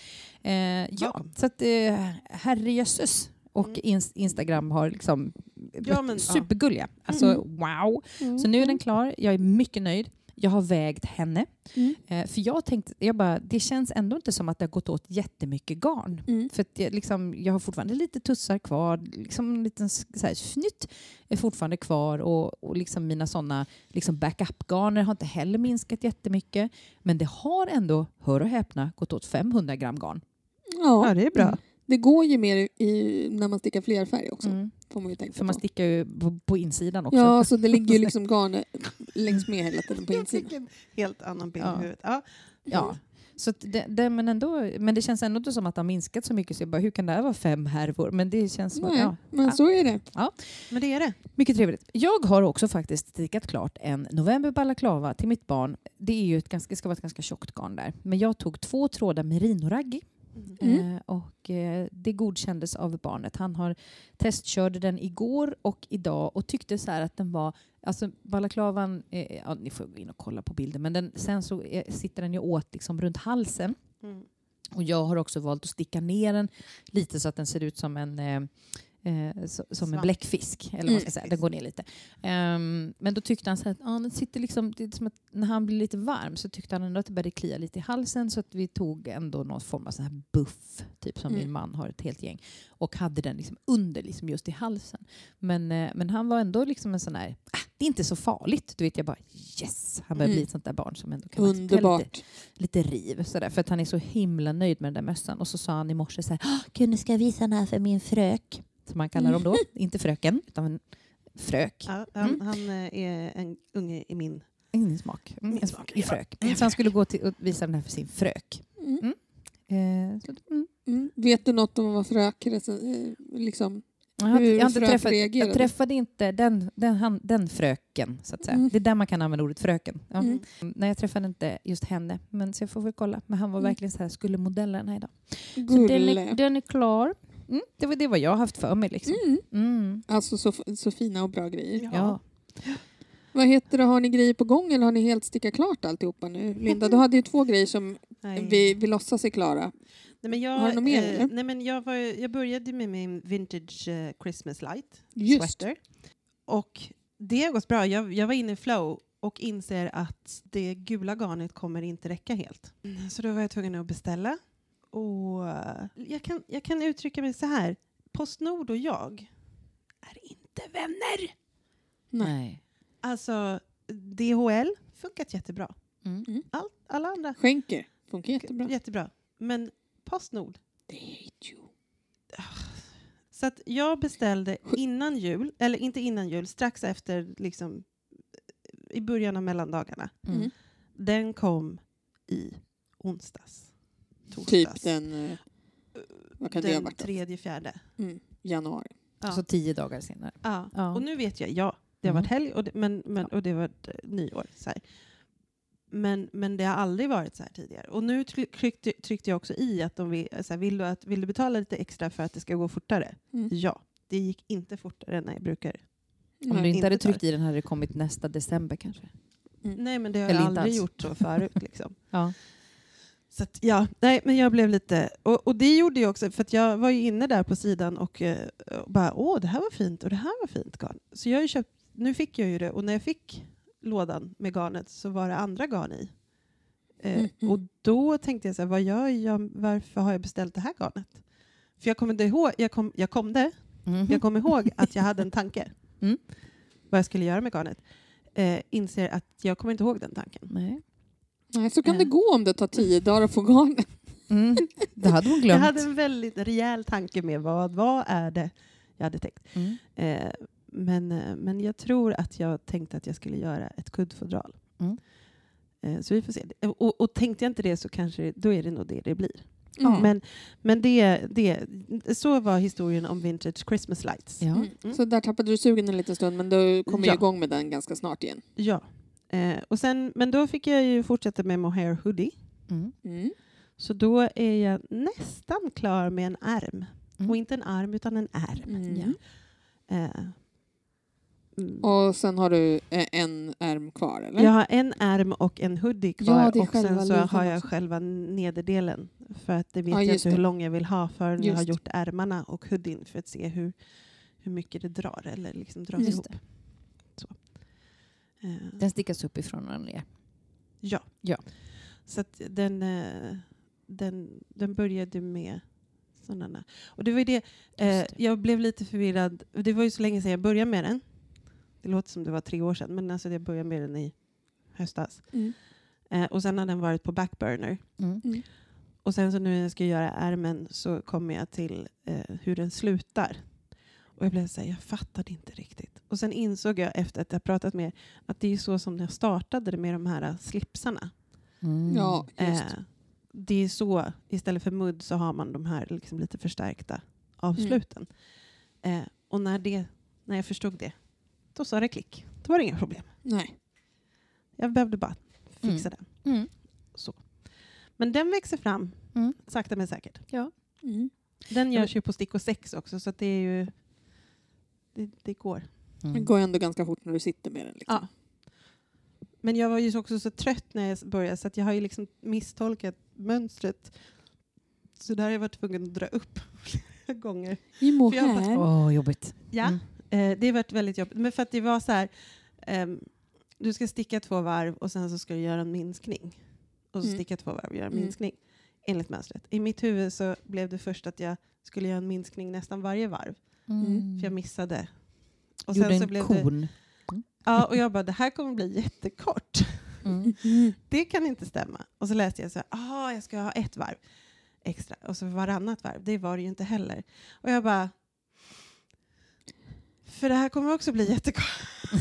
Så att herrejösses. Och Instagram har liksom supergulliga. Alltså wow. Så nu är den klar. Jag är mycket nöjd. Jag har vägt henne. För jag tänkte, det känns ändå inte som att det har gått åt jättemycket garn. För att jag har fortfarande lite tussar kvar. Liksom en liten så här, snytt är fortfarande kvar. Och liksom mina sådana backup-garner har inte heller minskat jättemycket. Men det har ändå, hör och häpna, gått åt 500 gram garn.
Ja, det är bra.
Det går ju mer när man stickar flerfärg också. Får man ju tänka
för man stickar ju på insidan också.
Ja, så det ligger ju liksom garn längs med hela tiden på insidan.
Helt annan bild i huvudet.
Ja. Så men det känns ändå inte som att det har minskat så mycket. Så jag bara, hur kan det här vara 5 härvor? Men det känns som
men så är det.
Ja.
Men det är det.
Mycket trevligt. Jag har också faktiskt stickat klart en november balaklava till mitt barn. Det är ju ska vara ett ganska tjockt garn där. Men jag tog 2 trådar merino-raggi. Och det godkändes av barnet. Han har testkörde den igår och idag och tyckte så här att den var, alltså balaklavan, ni får gå in och kolla på bilden, men sen så sitter den ju åt liksom runt halsen. Och jag har också valt att sticka ner den lite så att den ser ut som en som en bläckfisk, eller vad man ska säga. Den går ner lite. Men då tyckte han så att den sitter liksom, det är som att när han blir lite varm så tyckte han ändå att det började klia lite i halsen, så att vi tog ändå någon form av sån här buff, typ som min man har ett helt gäng, och hade den liksom under liksom just i halsen. Men han var ändå liksom en sån här, det är inte så farligt. Du vet, jag bara yes, han börjar bli ett sånt där barn som ändå kan
underbart
lite riv sådär, för att han är så himla nöjd med den där mössan. Och så sa han i morse så här, gud, nu ska jag visa den här för min frök, som man kallar dem då. Inte fröken, utan en frök.
Ja, han är en unge i min
smak. I frök. Så han skulle gå till och visa den här för sin frök.
Vet du något om vad frök liksom?
Jag träffade inte den fröken, så att säga. Det är där man kan använda ordet fröken. Ja. Nej, jag träffade inte just henne, men så jag får väl kolla. Men han var verkligen så här, skulle modellen här idag. Så den är klar. Det var jag har haft för mig liksom.
Alltså så fina och bra grejer.
Ja.
Vad heter det, har ni grejer på gång eller har ni helt stickat klart alltihopa nu? Linda, du hade ju 2 grejer som vi låtsas är klara.
Nej, men
har du något mer eller?
Nej, men jag började med min vintage Christmas light sweater. Och det har gått bra. Jag var inne i flow och inser att det gula garnet kommer inte räcka helt. Så då var jag tvungen att beställa. Och jag kan uttrycka mig så här. PostNord och jag är inte vänner.
Nej.
Alltså, DHL funkat jättebra. Alla andra
skänker funkar
jättebra. Men PostNord,
they hate you.
Så att jag beställde innan jul, eller inte innan jul, strax efter liksom i början av mellandagarna. Den kom i onsdags. Torsdags.
Typ den vad kan det ha varit?
3-4.
Januari.
Ja. Så 10 dagar senare.
Ja. Och nu vet jag, det har varit helg och det var nyår. Så här. Men det har aldrig varit så här tidigare. Och nu tryckte jag också i att de vill du betala lite extra för att det ska gå fortare? Ja, det gick inte fortare än när jag brukar.
Om du inte hade tryckt i den hade det kommit nästa december kanske.
Nej, men det har jag aldrig gjort så förut. Liksom.
Ja.
Så att, men jag blev lite... Och det gjorde jag också, för att jag var ju inne där på sidan och bara, det här var fint och det här var fint garn. Så jag har ju köpt, nu fick jag ju det, och när jag fick lådan med garnet så var det andra garn i. Och då tänkte jag så här, vad gör jag? Varför har jag beställt det här garnet? För jag kommer inte ihåg, jag kom ihåg att jag hade en tanke. Vad jag skulle göra med garnet. Inser att jag kommer inte ihåg den tanken.
Nej, så kan det gå om det tar 10 dagar att få garnet.
Det hade hon glömt.
Jag hade en väldigt rejäl tanke med vad är det jag hade tänkt. Men jag tror att jag tänkte att jag skulle göra ett kuddfodral. Så vi får se. Och tänkte jag inte det så kanske då är det nog det blir. Men så var historien om Vintage Christmas Lights.
Så där tappade du sugen en liten stund, men då kom jag igång med den ganska snart igen.
Ja. Och sen, men då fick jag ju fortsätta med Mohair Hoodie. Så då är jag nästan klar med en ärm. Och inte en arm utan en ärm.
Och sen har du en ärm kvar, eller?
Jag har en ärm och en hoodie kvar. Och sen så har jag
också
själva nederdelen. För att det vet jag inte hur lång jag vill ha förrän jag har gjort ärmarna och hoodien. För att se hur mycket det drar eller liksom dras ihop. Så.
Den stickas upp ifrån varandra.
Ja. Så att den började med sådana. Och det var ju det. Jag blev lite förvirrad. Det var ju så länge sedan jag började med den. Det låter som det var 3 år sedan. Men alltså jag började med den i höstas. Och sen har den varit på backburner. Och sen så nu när jag ska göra ärmen så kommer jag till hur den slutar. Och jag blev så här, jag fattade inte riktigt. Och sen insåg jag efter att jag pratat med att det är så som jag startade med de här slipsarna.
Ja, just.
Det är så, istället för mudd så har man de här liksom lite förstärkta avsluten. Och när jag förstod det, då sa det klick. Då var det inga problem.
Nej.
Jag behövde bara fixa den. Så. Men den växer fram sakta men säkert.
Ja.
Den görs ju på stick och 6 också, så att det är ju det går.
Det går ändå ganska fort när du sitter med den. Liksom.
Ja. Men jag var ju också så trött när jag började så att jag har ju liksom misstolkat mönstret. Så där har jag varit tvungen att dra upp flera gånger.
Jobbigt.
Ja, det har varit väldigt jobbigt. Men för att det var så här, du ska sticka 2 varv och sen så ska du göra en minskning. Och så sticka 2 varv och göra en minskning. Enligt mönstret. I mitt huvud så blev det först att jag skulle göra en minskning nästan varje varv. För jag missade. Och sen så blev det... Ja, och jag bara, det här kommer bli jättekort. Det kan inte stämma. Och så läste jag så här, jag ska ha 1 varv extra. Och så varannat varv. Det var det ju inte heller. Och jag bara, för det här kommer också bli jättekort.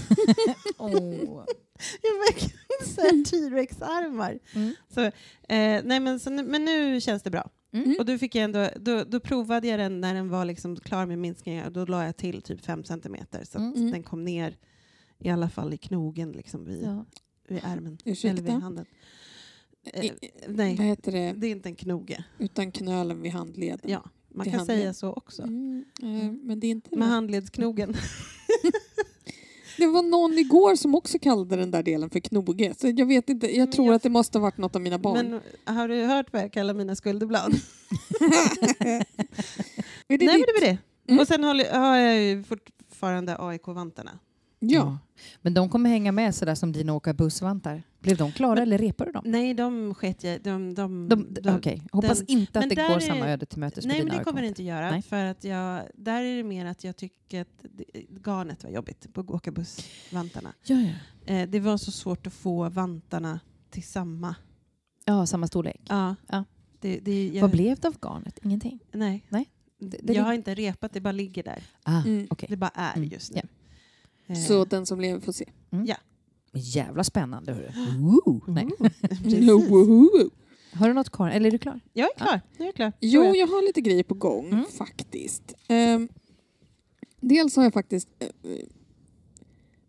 Jag verkligen så här T-Rex-armar. Så, men nu känns det bra. Och då fick jag då provade jag den när den var liksom klar med minskningar. Då la jag till typ 5 centimeter så att den kom ner i alla fall i knogen liksom vid ärmen. Eller vid handen. Nej,
vad heter det?
Det är inte en knoge.
Utan knölen vid handleden.
Ja, man kan säga så också.
Men det är inte
med handledsknogen.
Det var någon igår som också kallade den där delen för knoge. Så jag vet inte, jag tror att det måste ha varit något av mina barn.
Men har du hört vad jag kallar mina skulderblad?
Nej,
men det var det. Och sen har jag ju fortfarande AIK-vantarna.
Ja.
Men de kommer hänga med sådär som dina åka bussvantar. Blev de klara eller repade de?
Nej, de sket jag.
Okej. Hoppas inte att det går samma öde till mötes med
nej,
dina.
Nej, men det kommer det inte göra. Nej. För att där är det mer att jag tycker att garnet var jobbigt på åka bussvantarna.
Ja.
Det var så svårt att få vantarna till samma.
Ja, samma storlek.
Ja.
Vad blev det av garnet? Ingenting?
Nej. Jag har inte repat, det bara ligger där.
Okay.
Det bara är just nu.
Yeah.
Så den som lever får se.
Ja.
Jävla spännande, hörru. Nej. Har du något kvar? Eller är du klar?
Jag är klar. Jag är klar.
Jo, jag har lite grejer på gång faktiskt. Dels har jag faktiskt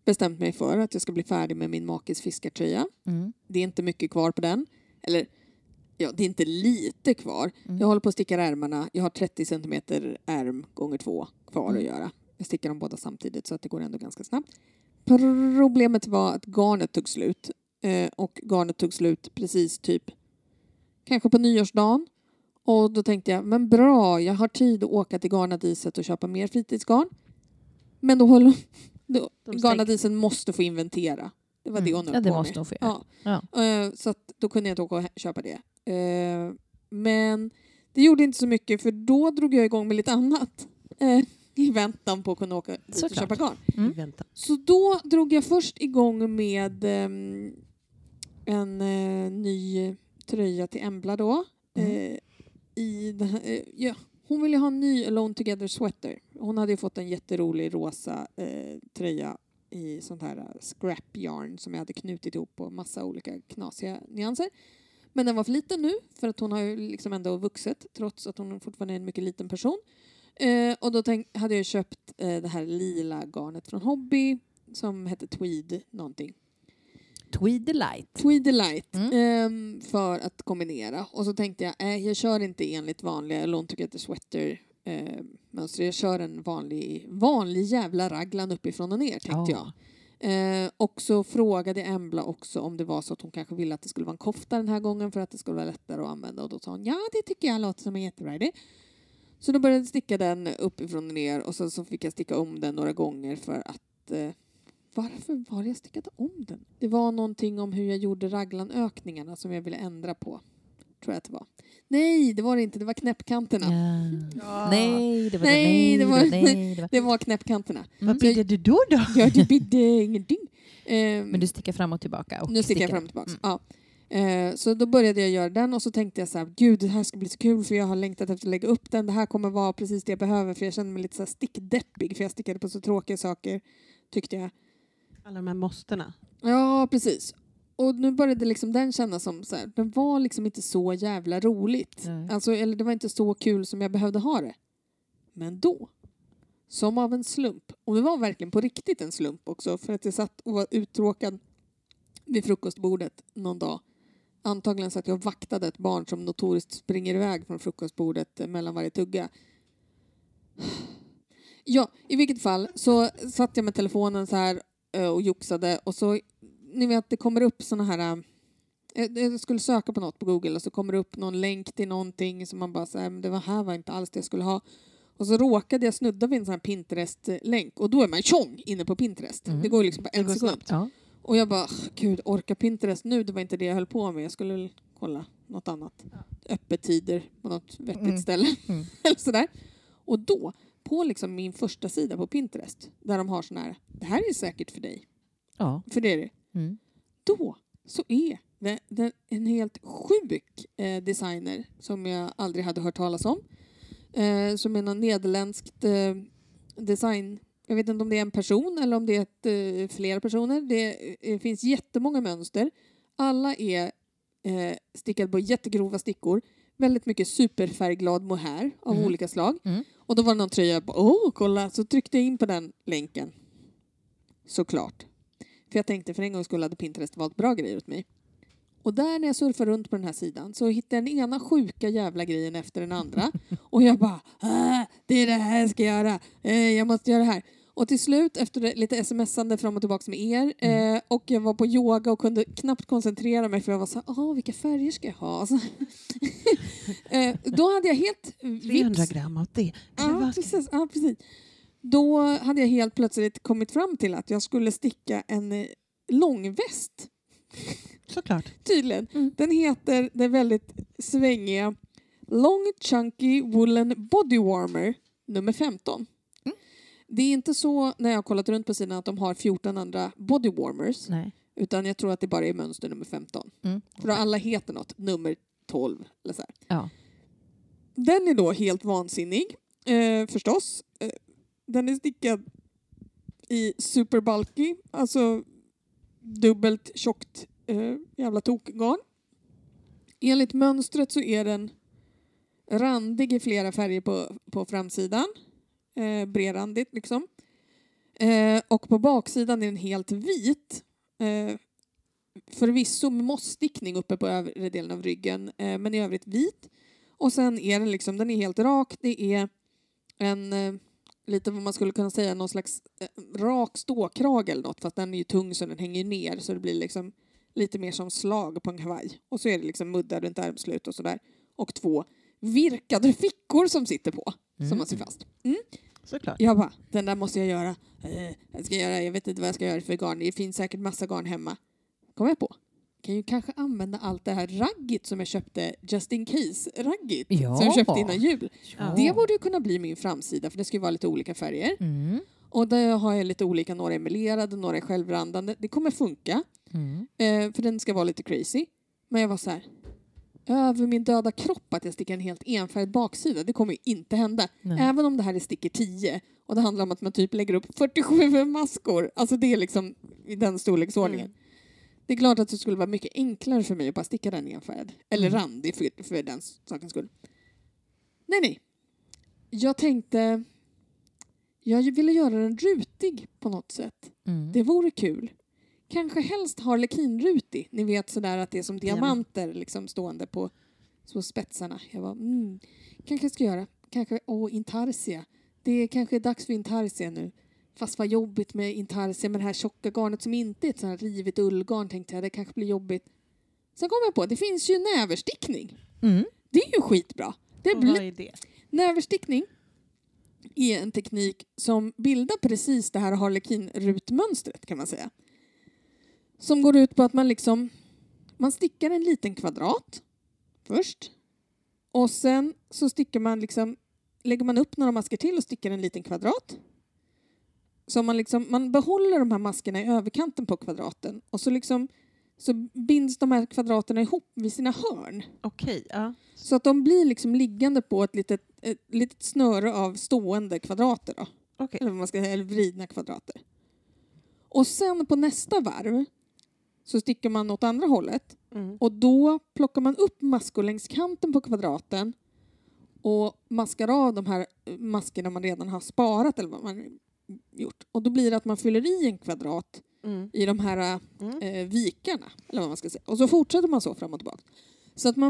bestämt mig för att jag ska bli färdig med min makes fiskartröja. Det är inte mycket kvar på den. Eller, ja, det är inte lite kvar. Jag håller på att sticka ärmarna. Jag har 30 centimeter ärm gånger 2 kvar att göra. Jag stickar dem båda samtidigt så att det går ändå ganska snabbt. Problemet var att garnet tog slut. Och garnet tog slut precis typ kanske på nyårsdagen. Och då tänkte jag, men bra, jag har tid att åka till Garnadiset och köpa mer fritidsgarn. Men då Garnadisen måste få inventera. Det var det hon
det måste hon få göra.
Ja. Så att då kunde jag inte åka och köpa det. Men det gjorde inte så mycket, för då drog jag igång med lite annat. I väntan på att kunna åka ut och köpa garn. Så då drog jag först igång med en ny tröja till Embla då. Hon ville ha en ny Alone Together sweater. Hon hade ju fått en jätterolig rosa tröja i sånt här scrap yarn som jag hade knutit ihop på massa olika knasiga nyanser. Men den var för liten nu, för att hon har ju liksom ändå vuxit trots att hon fortfarande är en mycket liten person. Och då hade jag köpt det här lila garnet från Hobby som heter Tweed någonting.
Tweed Delight.
För att kombinera. Och så tänkte jag kör inte enligt vanliga Alone Together sweater mönster. Jag kör en vanlig jävla raglan uppifrån och ner, tänkte jag. Och så frågade Embla också om det var så att hon kanske ville att det skulle vara en kofta den här gången för att det skulle vara lättare att använda. Och då sa hon, ja, det tycker jag låter som en jättebra idé. Så då började jag sticka den uppifrån och ner och så fick jag sticka om den några gånger för att... varför var jag stickat om den? Det var någonting om hur jag gjorde raglanökningarna som jag ville ändra på. Tror jag att det var. Nej, det var det inte. Det var knäppkanterna.
Ja. Nej,
det var knäppkanterna.
Vad bidde du då?
Ja, det bidde ingenting.
Men du stickar fram och tillbaka. Och
nu stickar jag fram och tillbaka. Ja. Så då började jag göra den och så tänkte jag så här, gud, det här ska bli så kul för jag har längtat efter att lägga upp den. Det här kommer vara precis det jag behöver, för jag kände mig lite så här stickdeppig för jag stickade på så tråkiga saker, tyckte jag.
Alla de här måstena.
Ja, precis. Och nu började liksom den kännas som så här, den var liksom inte så jävla roligt. Alltså, eller det var inte så kul som jag behövde ha det. Men då, som av en slump, och det var verkligen på riktigt en slump också, för att jag satt och var uttråkad vid frukostbordet någon dag. Antagligen så att jag vaktade ett barn som notoriskt springer iväg från frukostbordet mellan varje tugga. Ja, i vilket fall så satt jag med telefonen så här och joxade och så, ni vet, det kommer upp såna här, jag skulle söka på något på Google och så kommer det upp någon länk till någonting som man bara säger, men det var inte alls det jag skulle ha. Och så råkade jag snudda vid en sån här Pinterest-länk och då är man tjong inne på Pinterest. Det går liksom på en sekund.
Ja.
Och jag bara, gud, orka Pinterest nu? Det var inte det jag höll på med. Jag skulle kolla något annat. Öppettider på något vettigt ställe. Eller sådär. Och då, på liksom min första sida på Pinterest, där de har sån här, det här är säkert för dig.
Ja.
För det är det. Då så är det en helt sjuk designer som jag aldrig hade hört talas om. Som är någon nederländskt design. Jag vet inte om det är en person eller om det är flera personer. Det finns jättemånga mönster. Alla är stickade på jättegrova stickor. Väldigt mycket superfärgglad mohair av olika slag. Och då var det någon tröja. Kolla. Så tryckte jag in på den länken. Såklart. För jag tänkte, för en gång skulle hade Pinterest valt bra grejer åt mig. Och där när jag surfar runt på den här sidan så hittar jag den ena sjuka jävla grejen efter den andra. Och jag bara, det är det här jag ska göra. Jag måste göra det här. Och till slut, efter lite smsande fram och tillbaka med er, och jag var på yoga och kunde knappt koncentrera mig för jag var så här, vilka färger ska jag ha? Alltså, då hade jag helt...
300 gram av det.
Ja, precis. Då hade jag helt plötsligt kommit fram till att jag skulle sticka en långväst.
Såklart.
Tydligen. Den heter det väldigt svängiga Long Chunky Woolen Body Warmer nummer 15. Det är inte så när jag har kollat runt på sidan att de har 14 andra body warmers.
Nej.
Utan jag tror att det bara är mönster nummer 15. För alla heter något. Nummer 12 eller så här.
Ja.
Den är då helt vansinnig. Förstås. Den är stickad i super bulky. Alltså dubbelt tjockt jävla tokgarn. Enligt mönstret så är den randig i flera färger på framsidan. Bredrandigt liksom. Och på baksidan är den helt vit. Förvisso med mossstickning uppe på övre delen av ryggen, men i övrigt vit. Och sen är den liksom, den är helt rak. Det är en lite vad man skulle kunna säga någon slags rak ståkrage eller något, fast den är ju tung så den hänger ner så det blir liksom lite mer som slag på en kavaj. Och så är det liksom muddar runt armslut och sådär. Och 2 virkade fickor som sitter på, som man ser fast.
Såklart.
Jag bara, den där måste jag göra. Jag vet inte vad jag ska göra för garn. Det finns säkert massa garn hemma. Kommer jag på. Kan ju kanske använda allt det här raggigt som jag köpte, just in case raggigt, som jag köpte innan jul. Ja. Det borde ju kunna bli min framsida, för det ska ju vara lite olika färger. Och där har jag lite olika, några emelerade, några självrandande. Det kommer funka, för den ska vara lite crazy. Men jag var så här, över min döda kropp att jag sticker en helt enfärgad baksida. Det kommer ju inte hända. Nej. Även om det här är sticker 10 och det handlar om att man typ lägger upp 47 maskor. Alltså det är liksom i den storleksordningen. Det är klart att det skulle vara mycket enklare för mig att bara sticka den enfärgad. Eller randig för den sakens skull. Nej. Jag tänkte, jag ville göra den rutig på något sätt. Det vore kul. Kanske helst harlekinrutig. Ni vet sådär att det är som diamanter liksom stående på så spetsarna. Jag var, kanske ska göra. Kanske, intarsia. Det är kanske dags för intarsia nu. Fast vad jobbigt med intarsia med det här tjocka garnet som inte är ett sånt här rivigt ullgarn, tänkte jag. Det kanske blir jobbigt. Sen kom jag på, det finns ju näverstickning. Det är ju skitbra.
Vad är det?
Näverstickning är en teknik som bildar precis det här harlekinrutmönstret, kan man säga. Som går ut på att man stickar en liten kvadrat först. Och sen så stickar man lägger man upp några masker till och stickar en liten kvadrat. Så man behåller de här maskerna i överkanten på kvadraten. Och så binds de här kvadraterna ihop vid sina hörn.
Okej, ja.
Så att de blir liggande på ett litet snöre av stående kvadrater då.
Okay.
Eller vad man ska säga, eller vridna kvadrater. Och sen på nästa varv så sticker man åt andra hållet. Och då plockar man upp maskor längs kanten på kvadraten och maskar av de här maskerna man redan har sparat eller vad man gjort. Och då blir det att man fyller i en kvadrat i de här vikarna, eller vad man ska säga. Och så fortsätter man så fram och tillbaka. Så att man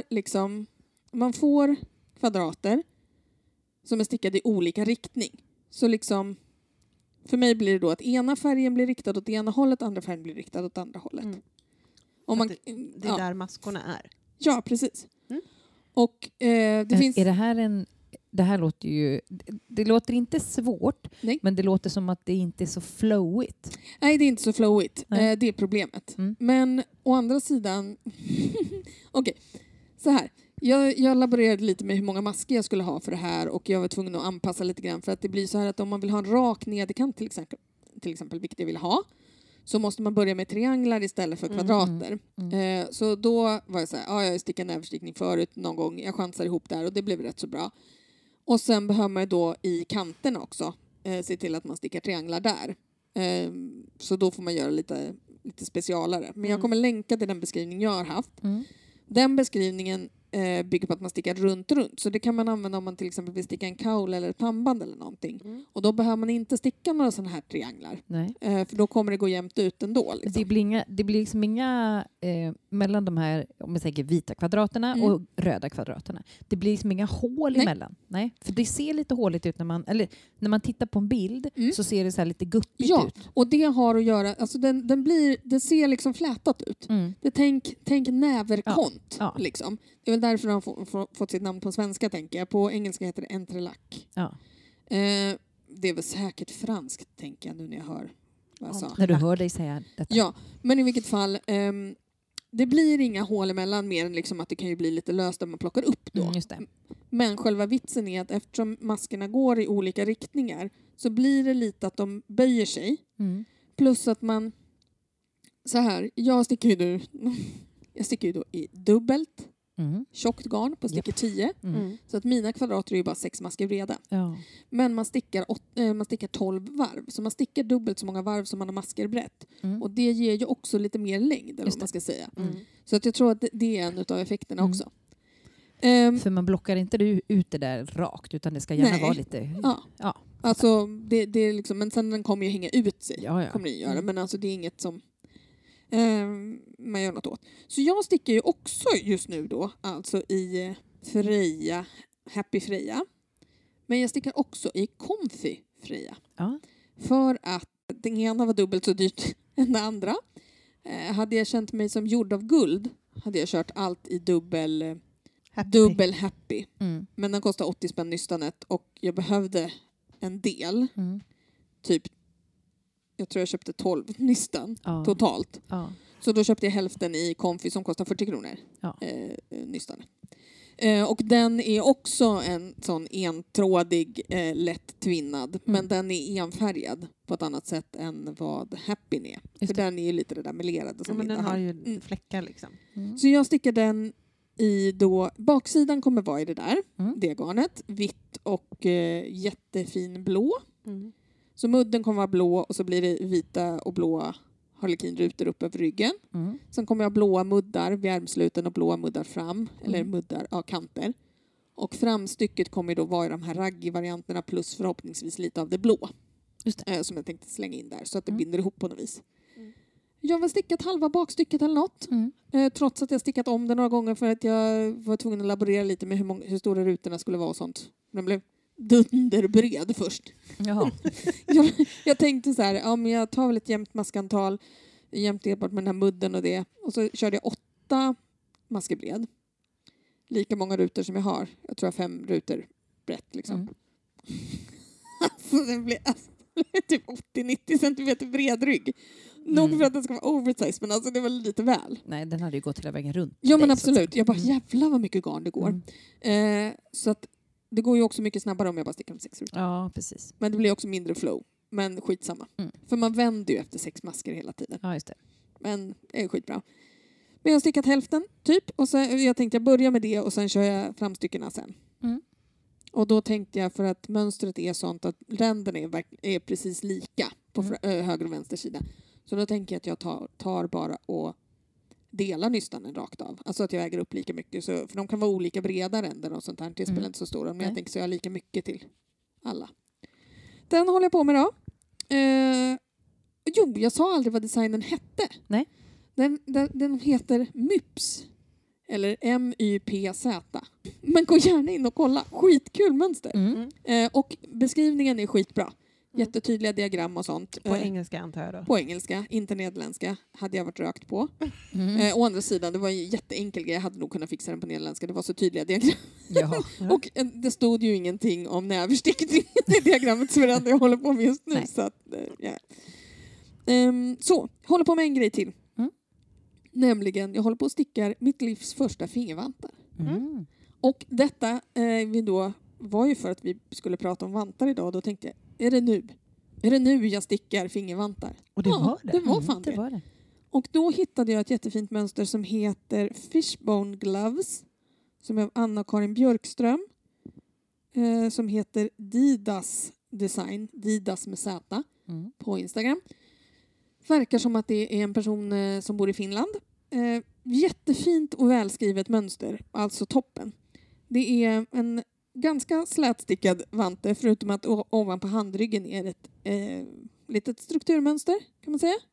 får kvadrater som är stickade i olika riktning. Så för mig blir det då att ena färgen blir riktad åt ena hållet, andra färgen blir riktad åt andra hållet.
Det är där maskorna är.
Ja, precis. Och det finns...
Är det här det här låter ju... Det låter inte svårt, men det låter som att det inte är så flowigt.
Nej, det är inte så flowigt. Det är problemet. Men å andra sidan... Okej, så här. Jag laborerade lite med hur många masker jag skulle ha för det här och jag var tvungen att anpassa lite grann för att det blir så här att om man vill ha en rak nederkant till exempel vilket jag vill ha, så måste man börja med trianglar istället för kvadrater. Så då var jag så här, jag stickade en näverstickning förut någon gång, jag chansar ihop där och det blev rätt så bra. Och sen behöver man då i kanten också se till att man stickar trianglar där. Så då får man göra lite specialare. Men jag kommer länka till den beskrivning jag har haft. Den beskrivningen bygger på att man stickar runt. Så det kan man använda om man till exempel vill sticka en kaul eller ett pannband eller någonting. Och då behöver man inte sticka några sådana här trianglar. För då kommer det gå jämnt ut ändå.
Det blir inga mellan de här, om man säger vita kvadraterna och röda kvadraterna. Det blir det inga hål emellan. Nej, för det ser lite håligt ut när man tittar på en bild så ser det så här lite guppigt ut.
Och det har att göra, alltså det ser flätat ut. Tänk näverkont liksom. Det är väl därför de har fått sitt namn på svenska, tänker jag. På engelska heter det entrelac.
Ja.
Det är väl säkert franskt, tänker jag nu när jag hör vad jag sa.
När du hör dig säga detta.
Ja, men i vilket fall det blir inga hål emellan mer än att det kan ju bli lite löst när man plockar upp då.
Just det.
Men själva vitsen är att eftersom maskerna går i olika riktningar så blir det lite att de böjer sig. Plus att man så här, jag sticker ju då i dubbelt tjockt garn på sticker 10. Så att mina kvadrater är ju bara 6 masker breda. Ja. Men man stickar 12 varv. Så man stickar dubbelt så många varv som man har masker brett. Och det ger ju också lite mer längd, eller vad man ska säga. Så att jag tror att det är en av effekterna också.
För man blockar inte ut det där rakt, utan det ska gärna vara lite...
Ja. Alltså, det är liksom, men sen den kommer ju hänga ut sig.
Ja.
Kommer den göra. Men alltså det är inget som man gör något åt. Så jag stickar ju också just nu då, alltså i Freja, Happy Freja. Men jag stickar också i Comfy Freja.
Ja.
För att den ena var dubbelt så dyrt än den andra. Hade jag känt mig som gjord av guld hade jag kört allt i dubbel happy.
Mm.
Men den kostar 80 spänn nystanet och jag behövde en del.
Mm.
Typ, jag tror jag köpte 12 nystan totalt.
Ja.
Så då köpte jag hälften i Comfy som kostar 40 kronor.
Ja.
Nystan. Och den är också en sån entrådig, lätt tvinnad. Men den är enfärgad på ett annat sätt än vad Happyn är. För den är ju lite det där melerade. Som
men den har ju fläckar liksom.
Mm. Så jag stickar den i då, baksidan kommer vara i det där, det garnet. Vitt och jättefin blå. Mm. Så mudden kommer vara blå och så blir det vita och blåa harlekinrutor upp över ryggen. Mm. Sen kommer jag blåa muddar vid ärmsluten och blåa muddar fram. Eller muddar, kanter. Och framstycket kommer då vara i de här raggi-varianterna plus förhoppningsvis lite av det blå. Just det. Som jag tänkte slänga in där så att det binder ihop på något vis. Mm. Jag har stickat halva bakstycket eller något. Trots att jag stickat om det några gånger för att jag var tvungen att laborera lite med hur stora rutorna skulle vara och sånt. Den blev dunderbred först.
Jaha.
jag tänkte så här, men jag tar väl ett jämnt maskantal, jämnt delbart med den här mudden och det. Och så körde jag 8 maskerbred. Lika många rutor som jag har. Jag tror jag 5 rutor brett liksom. Alltså den blev typ 80-90 centimeter bred rygg. Nog för att den ska vara oversized, men alltså det var lite väl.
Nej, den hade ju gått hela vägen runt.
Ja, men absolut. Jag bara, jävlar vad mycket garn det går. Så att det går ju också mycket snabbare om jag bara stickar med 6 rutor.
Ja, precis.
Men det blir också mindre flow. Men skitsamma. För man vänder ju efter 6 masker hela tiden.
Ja, just det.
Men det är skitbra. Men jag har stickat hälften, typ. Och så, jag tänkte jag börjar med det och sen kör jag framstyckena sen. Och då tänkte jag, för att mönstret är sånt att ränderna är precis lika på höger och vänster sida. Så då tänker jag att jag tar bara och delar nystanen rakt av. Alltså att jag väger upp lika mycket. Så, för de kan vara olika breda ränder och sånt här. Det spelar inte så stor roll. Men jag tänker så jag har lika mycket till alla. Den håller jag på med då. Jag sa aldrig vad designen hette.
Nej.
Den heter MYPZ. Eller MYPZ. Men gå gärna in och kolla. Skitkul mönster. Och beskrivningen är skitbra. Jättetydliga diagram och sånt.
På engelska antar jag då?
På engelska, inte nederländska. Hade jag varit rökt på. Å andra sidan, det var en jätteenkel grej. Jag hade nog kunnat fixa den på nederländska. Det var så tydliga diagram.
Ja.
Och det stod ju ingenting om näversticket i diagrammet som är det enda jag håller på med just nu. Så, att, så, håller på med en grej till. Nämligen, jag håller på att sticka mitt livs första fingervantar. Och detta vi då var ju för att vi skulle prata om vantar idag. Då tänkte jag, är det nu jag stickar fingervantar?
Och det var det.
Det var fan
det var det.
Och då hittade jag ett jättefint mönster som heter Fishbone Gloves. Som är av Anna-Karin Björkström. Som heter Didas Design. Didas med Z på Instagram. Verkar som att det är en person som bor i Finland. Jättefint och välskrivet mönster. Alltså toppen. Det är en ganska slätstickad vante, förutom att ovanpå handryggen är ett litet strukturmönster, kan man säga.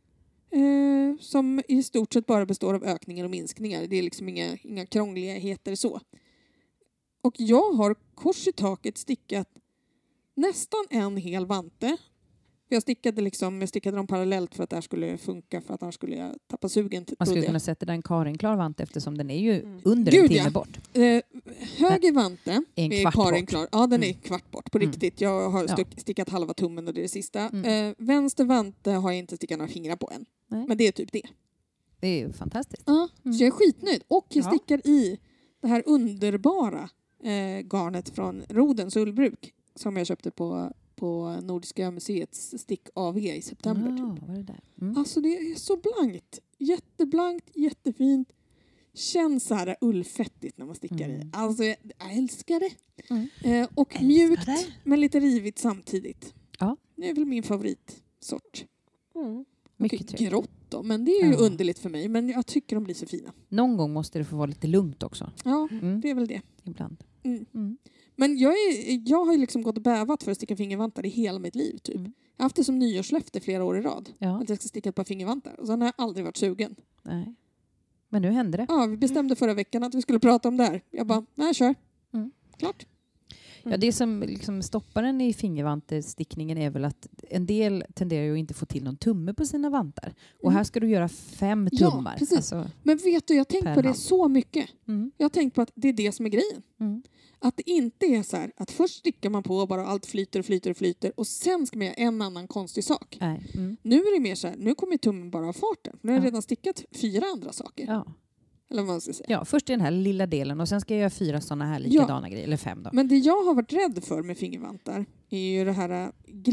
Som i stort sett bara består av ökningar och minskningar. Det är liksom inga krångligheter så. Och jag har kors i taket stickat nästan en hel vante. Jag stickade dem parallellt för att det här skulle funka, för att annars skulle jag tappa sugen.
Man skulle kunna sätta den Karin-klar vante eftersom den är ju under en timme bort.
Höger vante
är
Karin-klar. Ja, den är kvart bort på riktigt. Jag har stickat halva tummen och det är det sista. Vänster vante har jag inte stickat några fingrar på än. Nej. Men det är typ det.
Det är ju fantastiskt.
Ja, så jag är skitnöjd. Och jag stickar i det här underbara garnet från Rodens ullbruk som jag köpte på Nordiska museets stick AV i september.
Var det där?
Alltså det är så blankt. Jätteblankt, jättefint. Känns så här ullfettigt när man stickar i. Alltså jag älskar det. Och mjukt men lite rivigt samtidigt. Ja. Det är väl min favoritsort.
Mycket trevligt.
Grått då, men det är ju underligt för mig. Men jag tycker de blir så fina.
Någon gång måste det få vara lite lugnt också.
Ja, det är väl det.
Ibland.
Men jag har ju liksom gått och bävat för att sticka fingervantar i hela mitt liv. Typ. Jag har haft det som nyårslöfte flera år i rad.
Ja.
Att jag ska sticka ett par fingervantar. Och sen har jag aldrig varit sugen.
Nej. Men nu händer det.
Ja, vi bestämde förra veckan att vi skulle prata om det här. Jag bara, nej, kör. Klart.
Ja, det som liksom stoppar en i fingervantestickningen är väl att en del tenderar ju att inte få till någon tumme på sina vantar. Och här ska du göra 5 tummar.
Ja, precis.
Alltså,
men vet du, jag har tänkt på det så mycket. Jag har tänkt på att det är det som är grejen. Att det inte är så här att först stickar man på och bara allt flyter och sen ska man göra en annan konstig sak. Nu är det mer så här, nu kommer tummen bara av farten. Nu har jag redan stickat 4 andra saker.
Ja.
Eller vad man ska säga.
Ja, först i den här lilla delen och sen ska jag göra 4 sådana här likadana grejer, eller 5 då.
Men det jag har varit rädd för med fingervantar är ju det här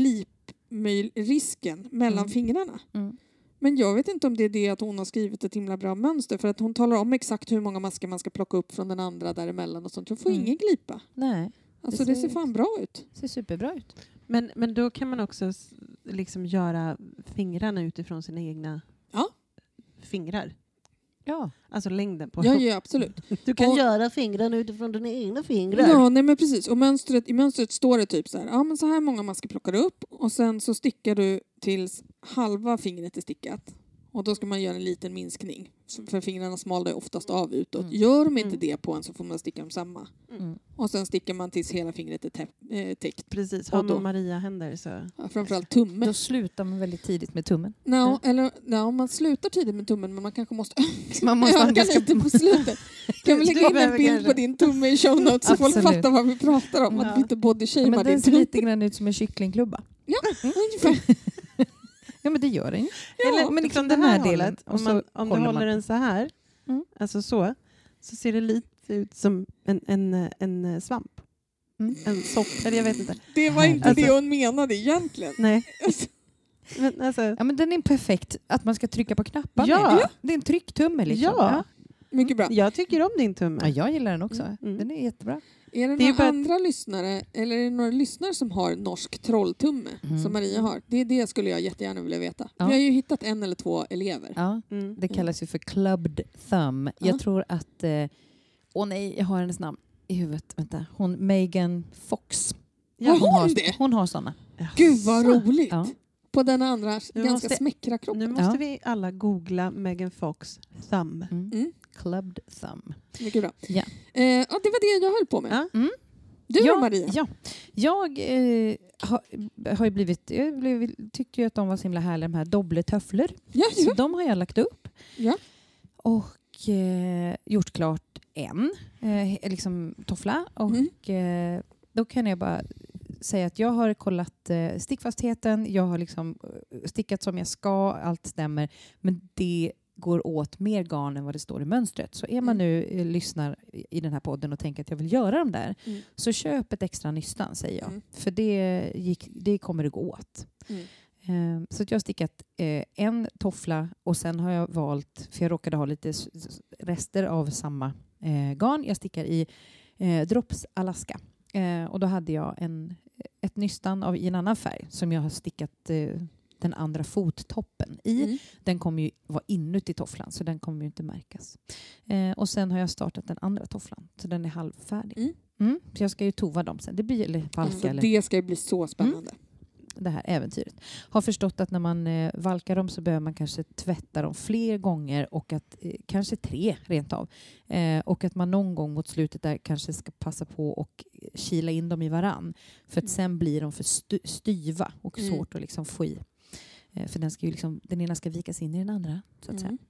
risken mellan fingrarna. Men jag vet inte om det är det att hon har skrivit ett himla bra mönster, för att hon talar om exakt hur många masker man ska plocka upp från den andra däremellan och sånt. Jag får ingen glipa.
Nej.
Alltså det ser fan bra ut.
Det ser superbra ut.
Men då kan man också liksom göra fingrarna utifrån sina egna fingrar.
Ja.
Alltså längden på
Ja, absolut.
Du kan göra fingrarna utifrån dina egna fingrar.
Ja, nej men precis. Och i mönstret står det typ så här, ja men så här många masker plockar du upp och sen så stickar du tills halva fingret är stickat. Och då ska man göra en liten minskning. För fingrarna smalnar oftast av utåt. Gör de inte det på en så får man sticka dem samma. Och sen stickar man tills hela fingret är täckt.
Precis, har man Maria-händer så...
Ja, framförallt tummen.
Då slutar man väldigt tidigt med tummen.
Eller man slutar tidigt med tummen men man kanske måste
öka
lite på slutet. Kan vi lägga in en bild på din tumme i show notes så folk fattar vad vi pratar om. Att vi inte bodyshamear din tumme.
Men den ser lite grann ut som en kycklingklubba.
Ja, ungefär.
Ja, men det gör den ju.
Eller men liksom den här delen. Om du håller den så här, alltså så ser det lite ut som en svamp. En sopp, eller jag vet inte.
Det var inte det hon menade egentligen.
Nej. Men alltså.
Ja, men den är perfekt att man ska trycka på knappen.
Ja.
Det är en trycktumme liksom.
Ja.
Mycket bra.
Jag tycker om din tumme.
Ja, jag gillar den också. Den är jättebra.
Är det några andra lyssnare, eller är det några lyssnare som har norsk trolltumme som Maria har? Det skulle jag jättegärna vilja veta. Vi har ju hittat 1 eller 2 elever.
Ja, det kallas ju för clubbed thumb. Jag tror att... nej, jag har hennes namn i huvudet. Vänta. Megan Fox.
Ja,
hon har såna.
Gud vad roligt!
Ja.
På den andra ganska smäckra kroppen.
Nu måste vi alla googla Megan Fox thumb.
Clubbed thumb.
Mycket bra.
Ja.
Det var det jag höll på med. Du då, Maria?
Ja. Jag har ju blivit... Jag tyckte ju att de var så himla härliga, de här dobbletöfflor.
Ja.
Så de har jag lagt upp.
Ja.
Och gjort klart en liksom toffla. Och då kan jag bara säga att jag har kollat stickfastheten. Jag har liksom stickat som jag ska. Allt stämmer. Men det går åt mer garn än vad det står i mönstret. Så är man nu lyssnar i den här podden och tänker att jag vill göra dem där, så köp ett extra nystan, säger jag. För det kommer det gå åt. Så att jag har stickat en toffla och sen har jag valt, för jag råkade ha lite rester av samma garn. Jag stickar i Drops Alaska. Och då hade jag ett nystan i en annan färg som jag har stickat den andra fottoppen i. Den kommer ju vara inuti tofflan, så den kommer ju inte märkas. Och sen har jag startat den andra tofflan, så den är halvfärdig. Så jag ska ju tova dem sen. Det blir eller valka.
Det ska ju bli så spännande.
Det här äventyret. Har förstått att när man valkar dem så behöver man kanske tvätta dem fler gånger och att kanske 3 rent av. Och att man någon gång mot slutet där kanske ska passa på och kila in dem i varann. För att sen blir de för styva och svårt att liksom få i. För den ena ska vikas in i den andra, så att säga.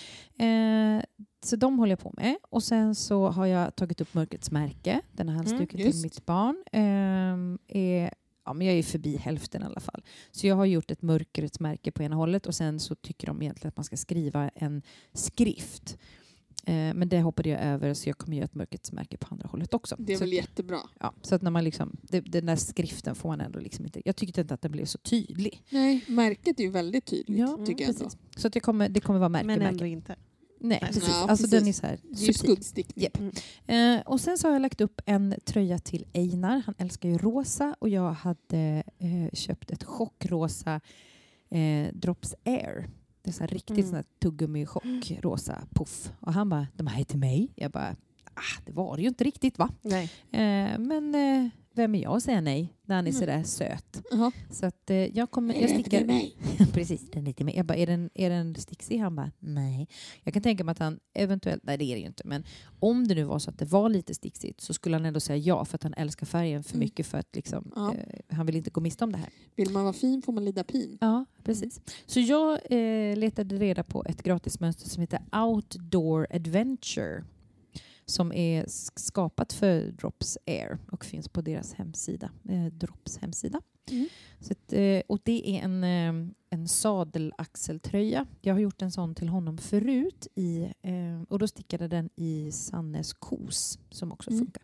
Så de håller jag på med. Och sen så har jag tagit upp Mörkrets märke. Den här halsduken till mitt barn. Men jag är förbi hälften i alla fall. Så jag har gjort ett Mörkrets märke på ena hållet. Och sen så tycker de egentligen att man ska skriva en skrift. Men det hoppade jag över, så jag kommer göra ett Mörkrets märke på andra hållet också.
Det är väl jättebra.
Ja, så att när man liksom, den där skriften får man ändå liksom inte... Jag tyckte inte att den blev så tydlig.
Nej, märket är ju väldigt tydligt, tycker jag.
Precis. Så att det kommer vara märke.
Men ändå inte.
Nej, precis.
Ja,
alltså
precis.
den är så här
det är skuggstickning.
Yep. Och sen så har jag lagt upp en tröja till Einar. Han älskar ju rosa. Och jag hade köpt ett chockrosa Drops Air. Det är så här riktigt sån här tuggummi chockrosa puff. Och han bara, de här är till mig. Jag bara, det var det ju inte riktigt va?
Nej.
Men vem är jag att säga nej när han är sådär söt? Så att jag stickar...
mig.
Precis, den är till mig. Jag bara, är den sticksig? Han bara, nej. Jag kan tänka mig att han eventuellt, nej det är det ju inte, men om det nu var så att det var lite sticksigt så skulle han ändå säga ja för att han älskar färgen för mycket för att liksom, han vill inte gå miste om det här.
Vill man vara fin får man lida pin.
Ja, precis. Så jag letade reda på ett gratismönster som heter Outdoor Adventure som är skapat för Drops Air och finns på deras hemsida, Drops hemsida. Så att, och det är en sadelaxeltröja. Jag har gjort en sån till honom förut och då stickade den i Sannes kos som också funkar.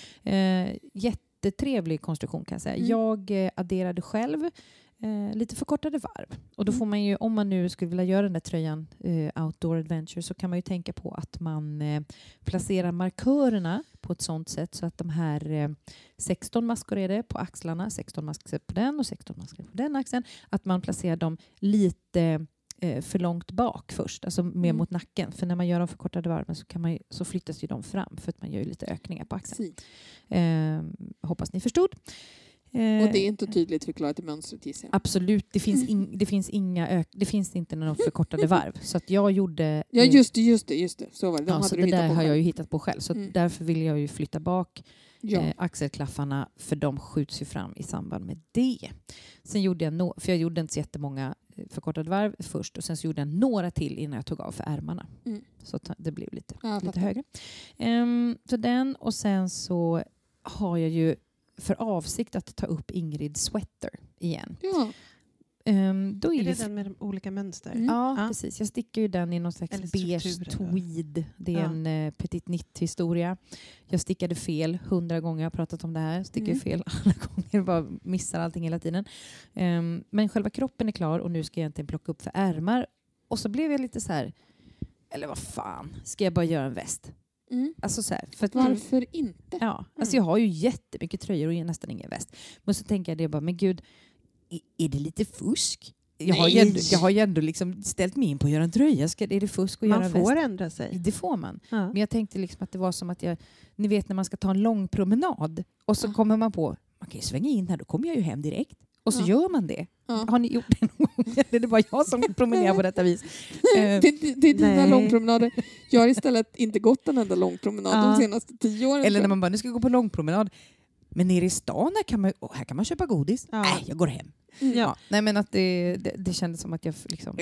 Jättetrevlig konstruktion kan jag säga. Jag adderade själv lite förkortade varv. Och då får man ju, om man nu skulle vilja göra den där tröjan Outdoor Adventure, så kan man ju tänka på att man placerar markörerna på ett sånt sätt så att de här 16 maskor är det på axlarna, 16 maskor på den och 16 maskor på den axeln, att man placerar dem lite för långt bak först, alltså mer mot nacken. För när man gör de förkortade varven så flyttas ju de fram för att man gör ju lite ökningar på axeln. Hoppas ni förstod.
Och det är inte tydligt förklarat i mönstret, gissar jag.
Absolut, det finns inte några förkortade varv. Så att jag gjorde...
Ja, just det. Så var det.
Så det där har jag ju hittat på själv. Så därför vill jag ju flytta bak axelklaffarna, för de skjuts ju fram i samband med det. Sen gjorde jag för jag gjorde inte så jättemånga förkortade varv först, och sen så gjorde jag några till innan jag tog av för ärmarna. Så det blev lite högre. Så den, och sen så har jag ju för avsikt att ta upp Ingrid Sweater igen.
Ja.
Då är det den med de olika mönster?
Ja, precis. Jag stickar ju den i någon slags beige tweed. Det är en petit knit-historia. Jag stickade fel 100 gånger. Jag har pratat om det här. Stickar fel alla gånger. Bara missar allting hela tiden. Men själva kroppen är klar och nu ska jag egentligen plocka upp för ärmar. Och så blev jag lite så här, eller vad fan, ska jag bara göra en väst? Alltså så här, för att
varför inte?
Ja, alltså jag har ju jättemycket tröjor och nästan ingen väst. Men så tänker jag det bara, men gud, är det lite fusk? Jag har ju ändå liksom ställt mig in på att göra en tröja. Är det fusk att göra en väst?
Man får ändra sig.
Det får man. Ja. Men jag tänkte liksom att det var som att ni vet när man ska ta en lång promenad och så kommer man på, man kan ju svänga in här, då kommer jag ju hem direkt. Och så gör man det. Har ni gjort det någon gång? Det är bara jag som promenerar på detta vis.
Det är dina långpromenader. Jag har istället inte gått en enda långpromenad de senaste 10 åren.
Eller när man bara, nu ska jag gå på långpromenad. Men nere i stan här kan man köpa godis. Nej, jag går hem. Ja. Nej, men att det kändes som att jag liksom...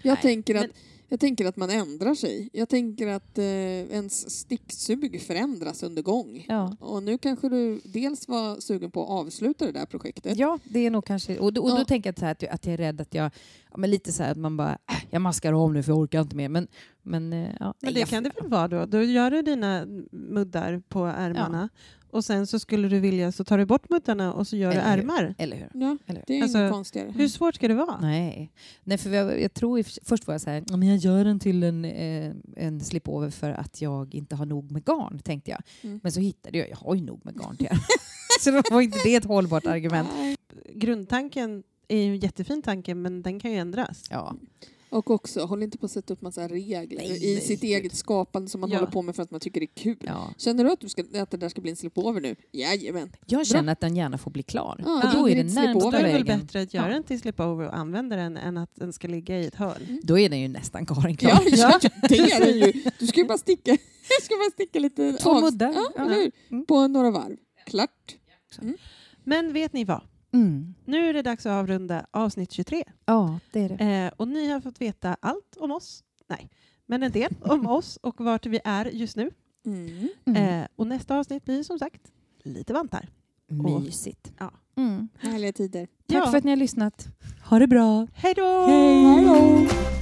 Jag tänker att man ändrar sig. Jag tänker att ens sticksug förändras under gång. Ja. Och nu kanske du dels var sugen på att avsluta det där projektet.
Ja, det är nog kanske... Och då tänker jag så här att jag är rädd att men lite så här att man bara... jag maskar om nu för jag orkar inte mer. Men
det kan det väl vara då. Då gör du dina muddar på ärmarna. Ja. Och sen så skulle du vilja, så tar du bort muddarna och så gör du ärmar.
Eller hur?
Ja, det är inget konstigare.
Hur svårt ska det vara?
Nej, för jag tror först var jag så här, men jag gör den till en slipover för att jag inte har nog med garn, tänkte jag. Men så hittade jag har ju nog med garn till. Så då var inte det ett hållbart argument.
Grundtanken är ju en jättefin tanke, men den kan ju ändras.
Ja.
Och också, håll inte på att sätta upp massa regler i sitt eget skapande som man håller på med för att man tycker det är kul. Ja. Känner du att det där ska bli en slipover nu? Jajamän.
Jag känner att den gärna får bli klar.
Ja,
och då är det närmsta vägen.
Det är väl bättre att göra den till slipover och använda den än att den ska ligga i ett hörn.
Då är den ju nästan Karin klar.
Ja, det är den ju. Du ska ju bara sticka lite
2 muddar.
På några varv. Klart.
Men vet ni vad? Nu är det dags att avrunda avsnitt 23.
Ja, det är det.
Och ni har fått veta allt om oss. Nej, men en del om oss och vart vi är just nu. Och nästa avsnitt blir som sagt lite vantar.
Mysigt.
Härliga tider.
Tack för att ni har lyssnat. Ha det bra.
Hej då!
Hej då!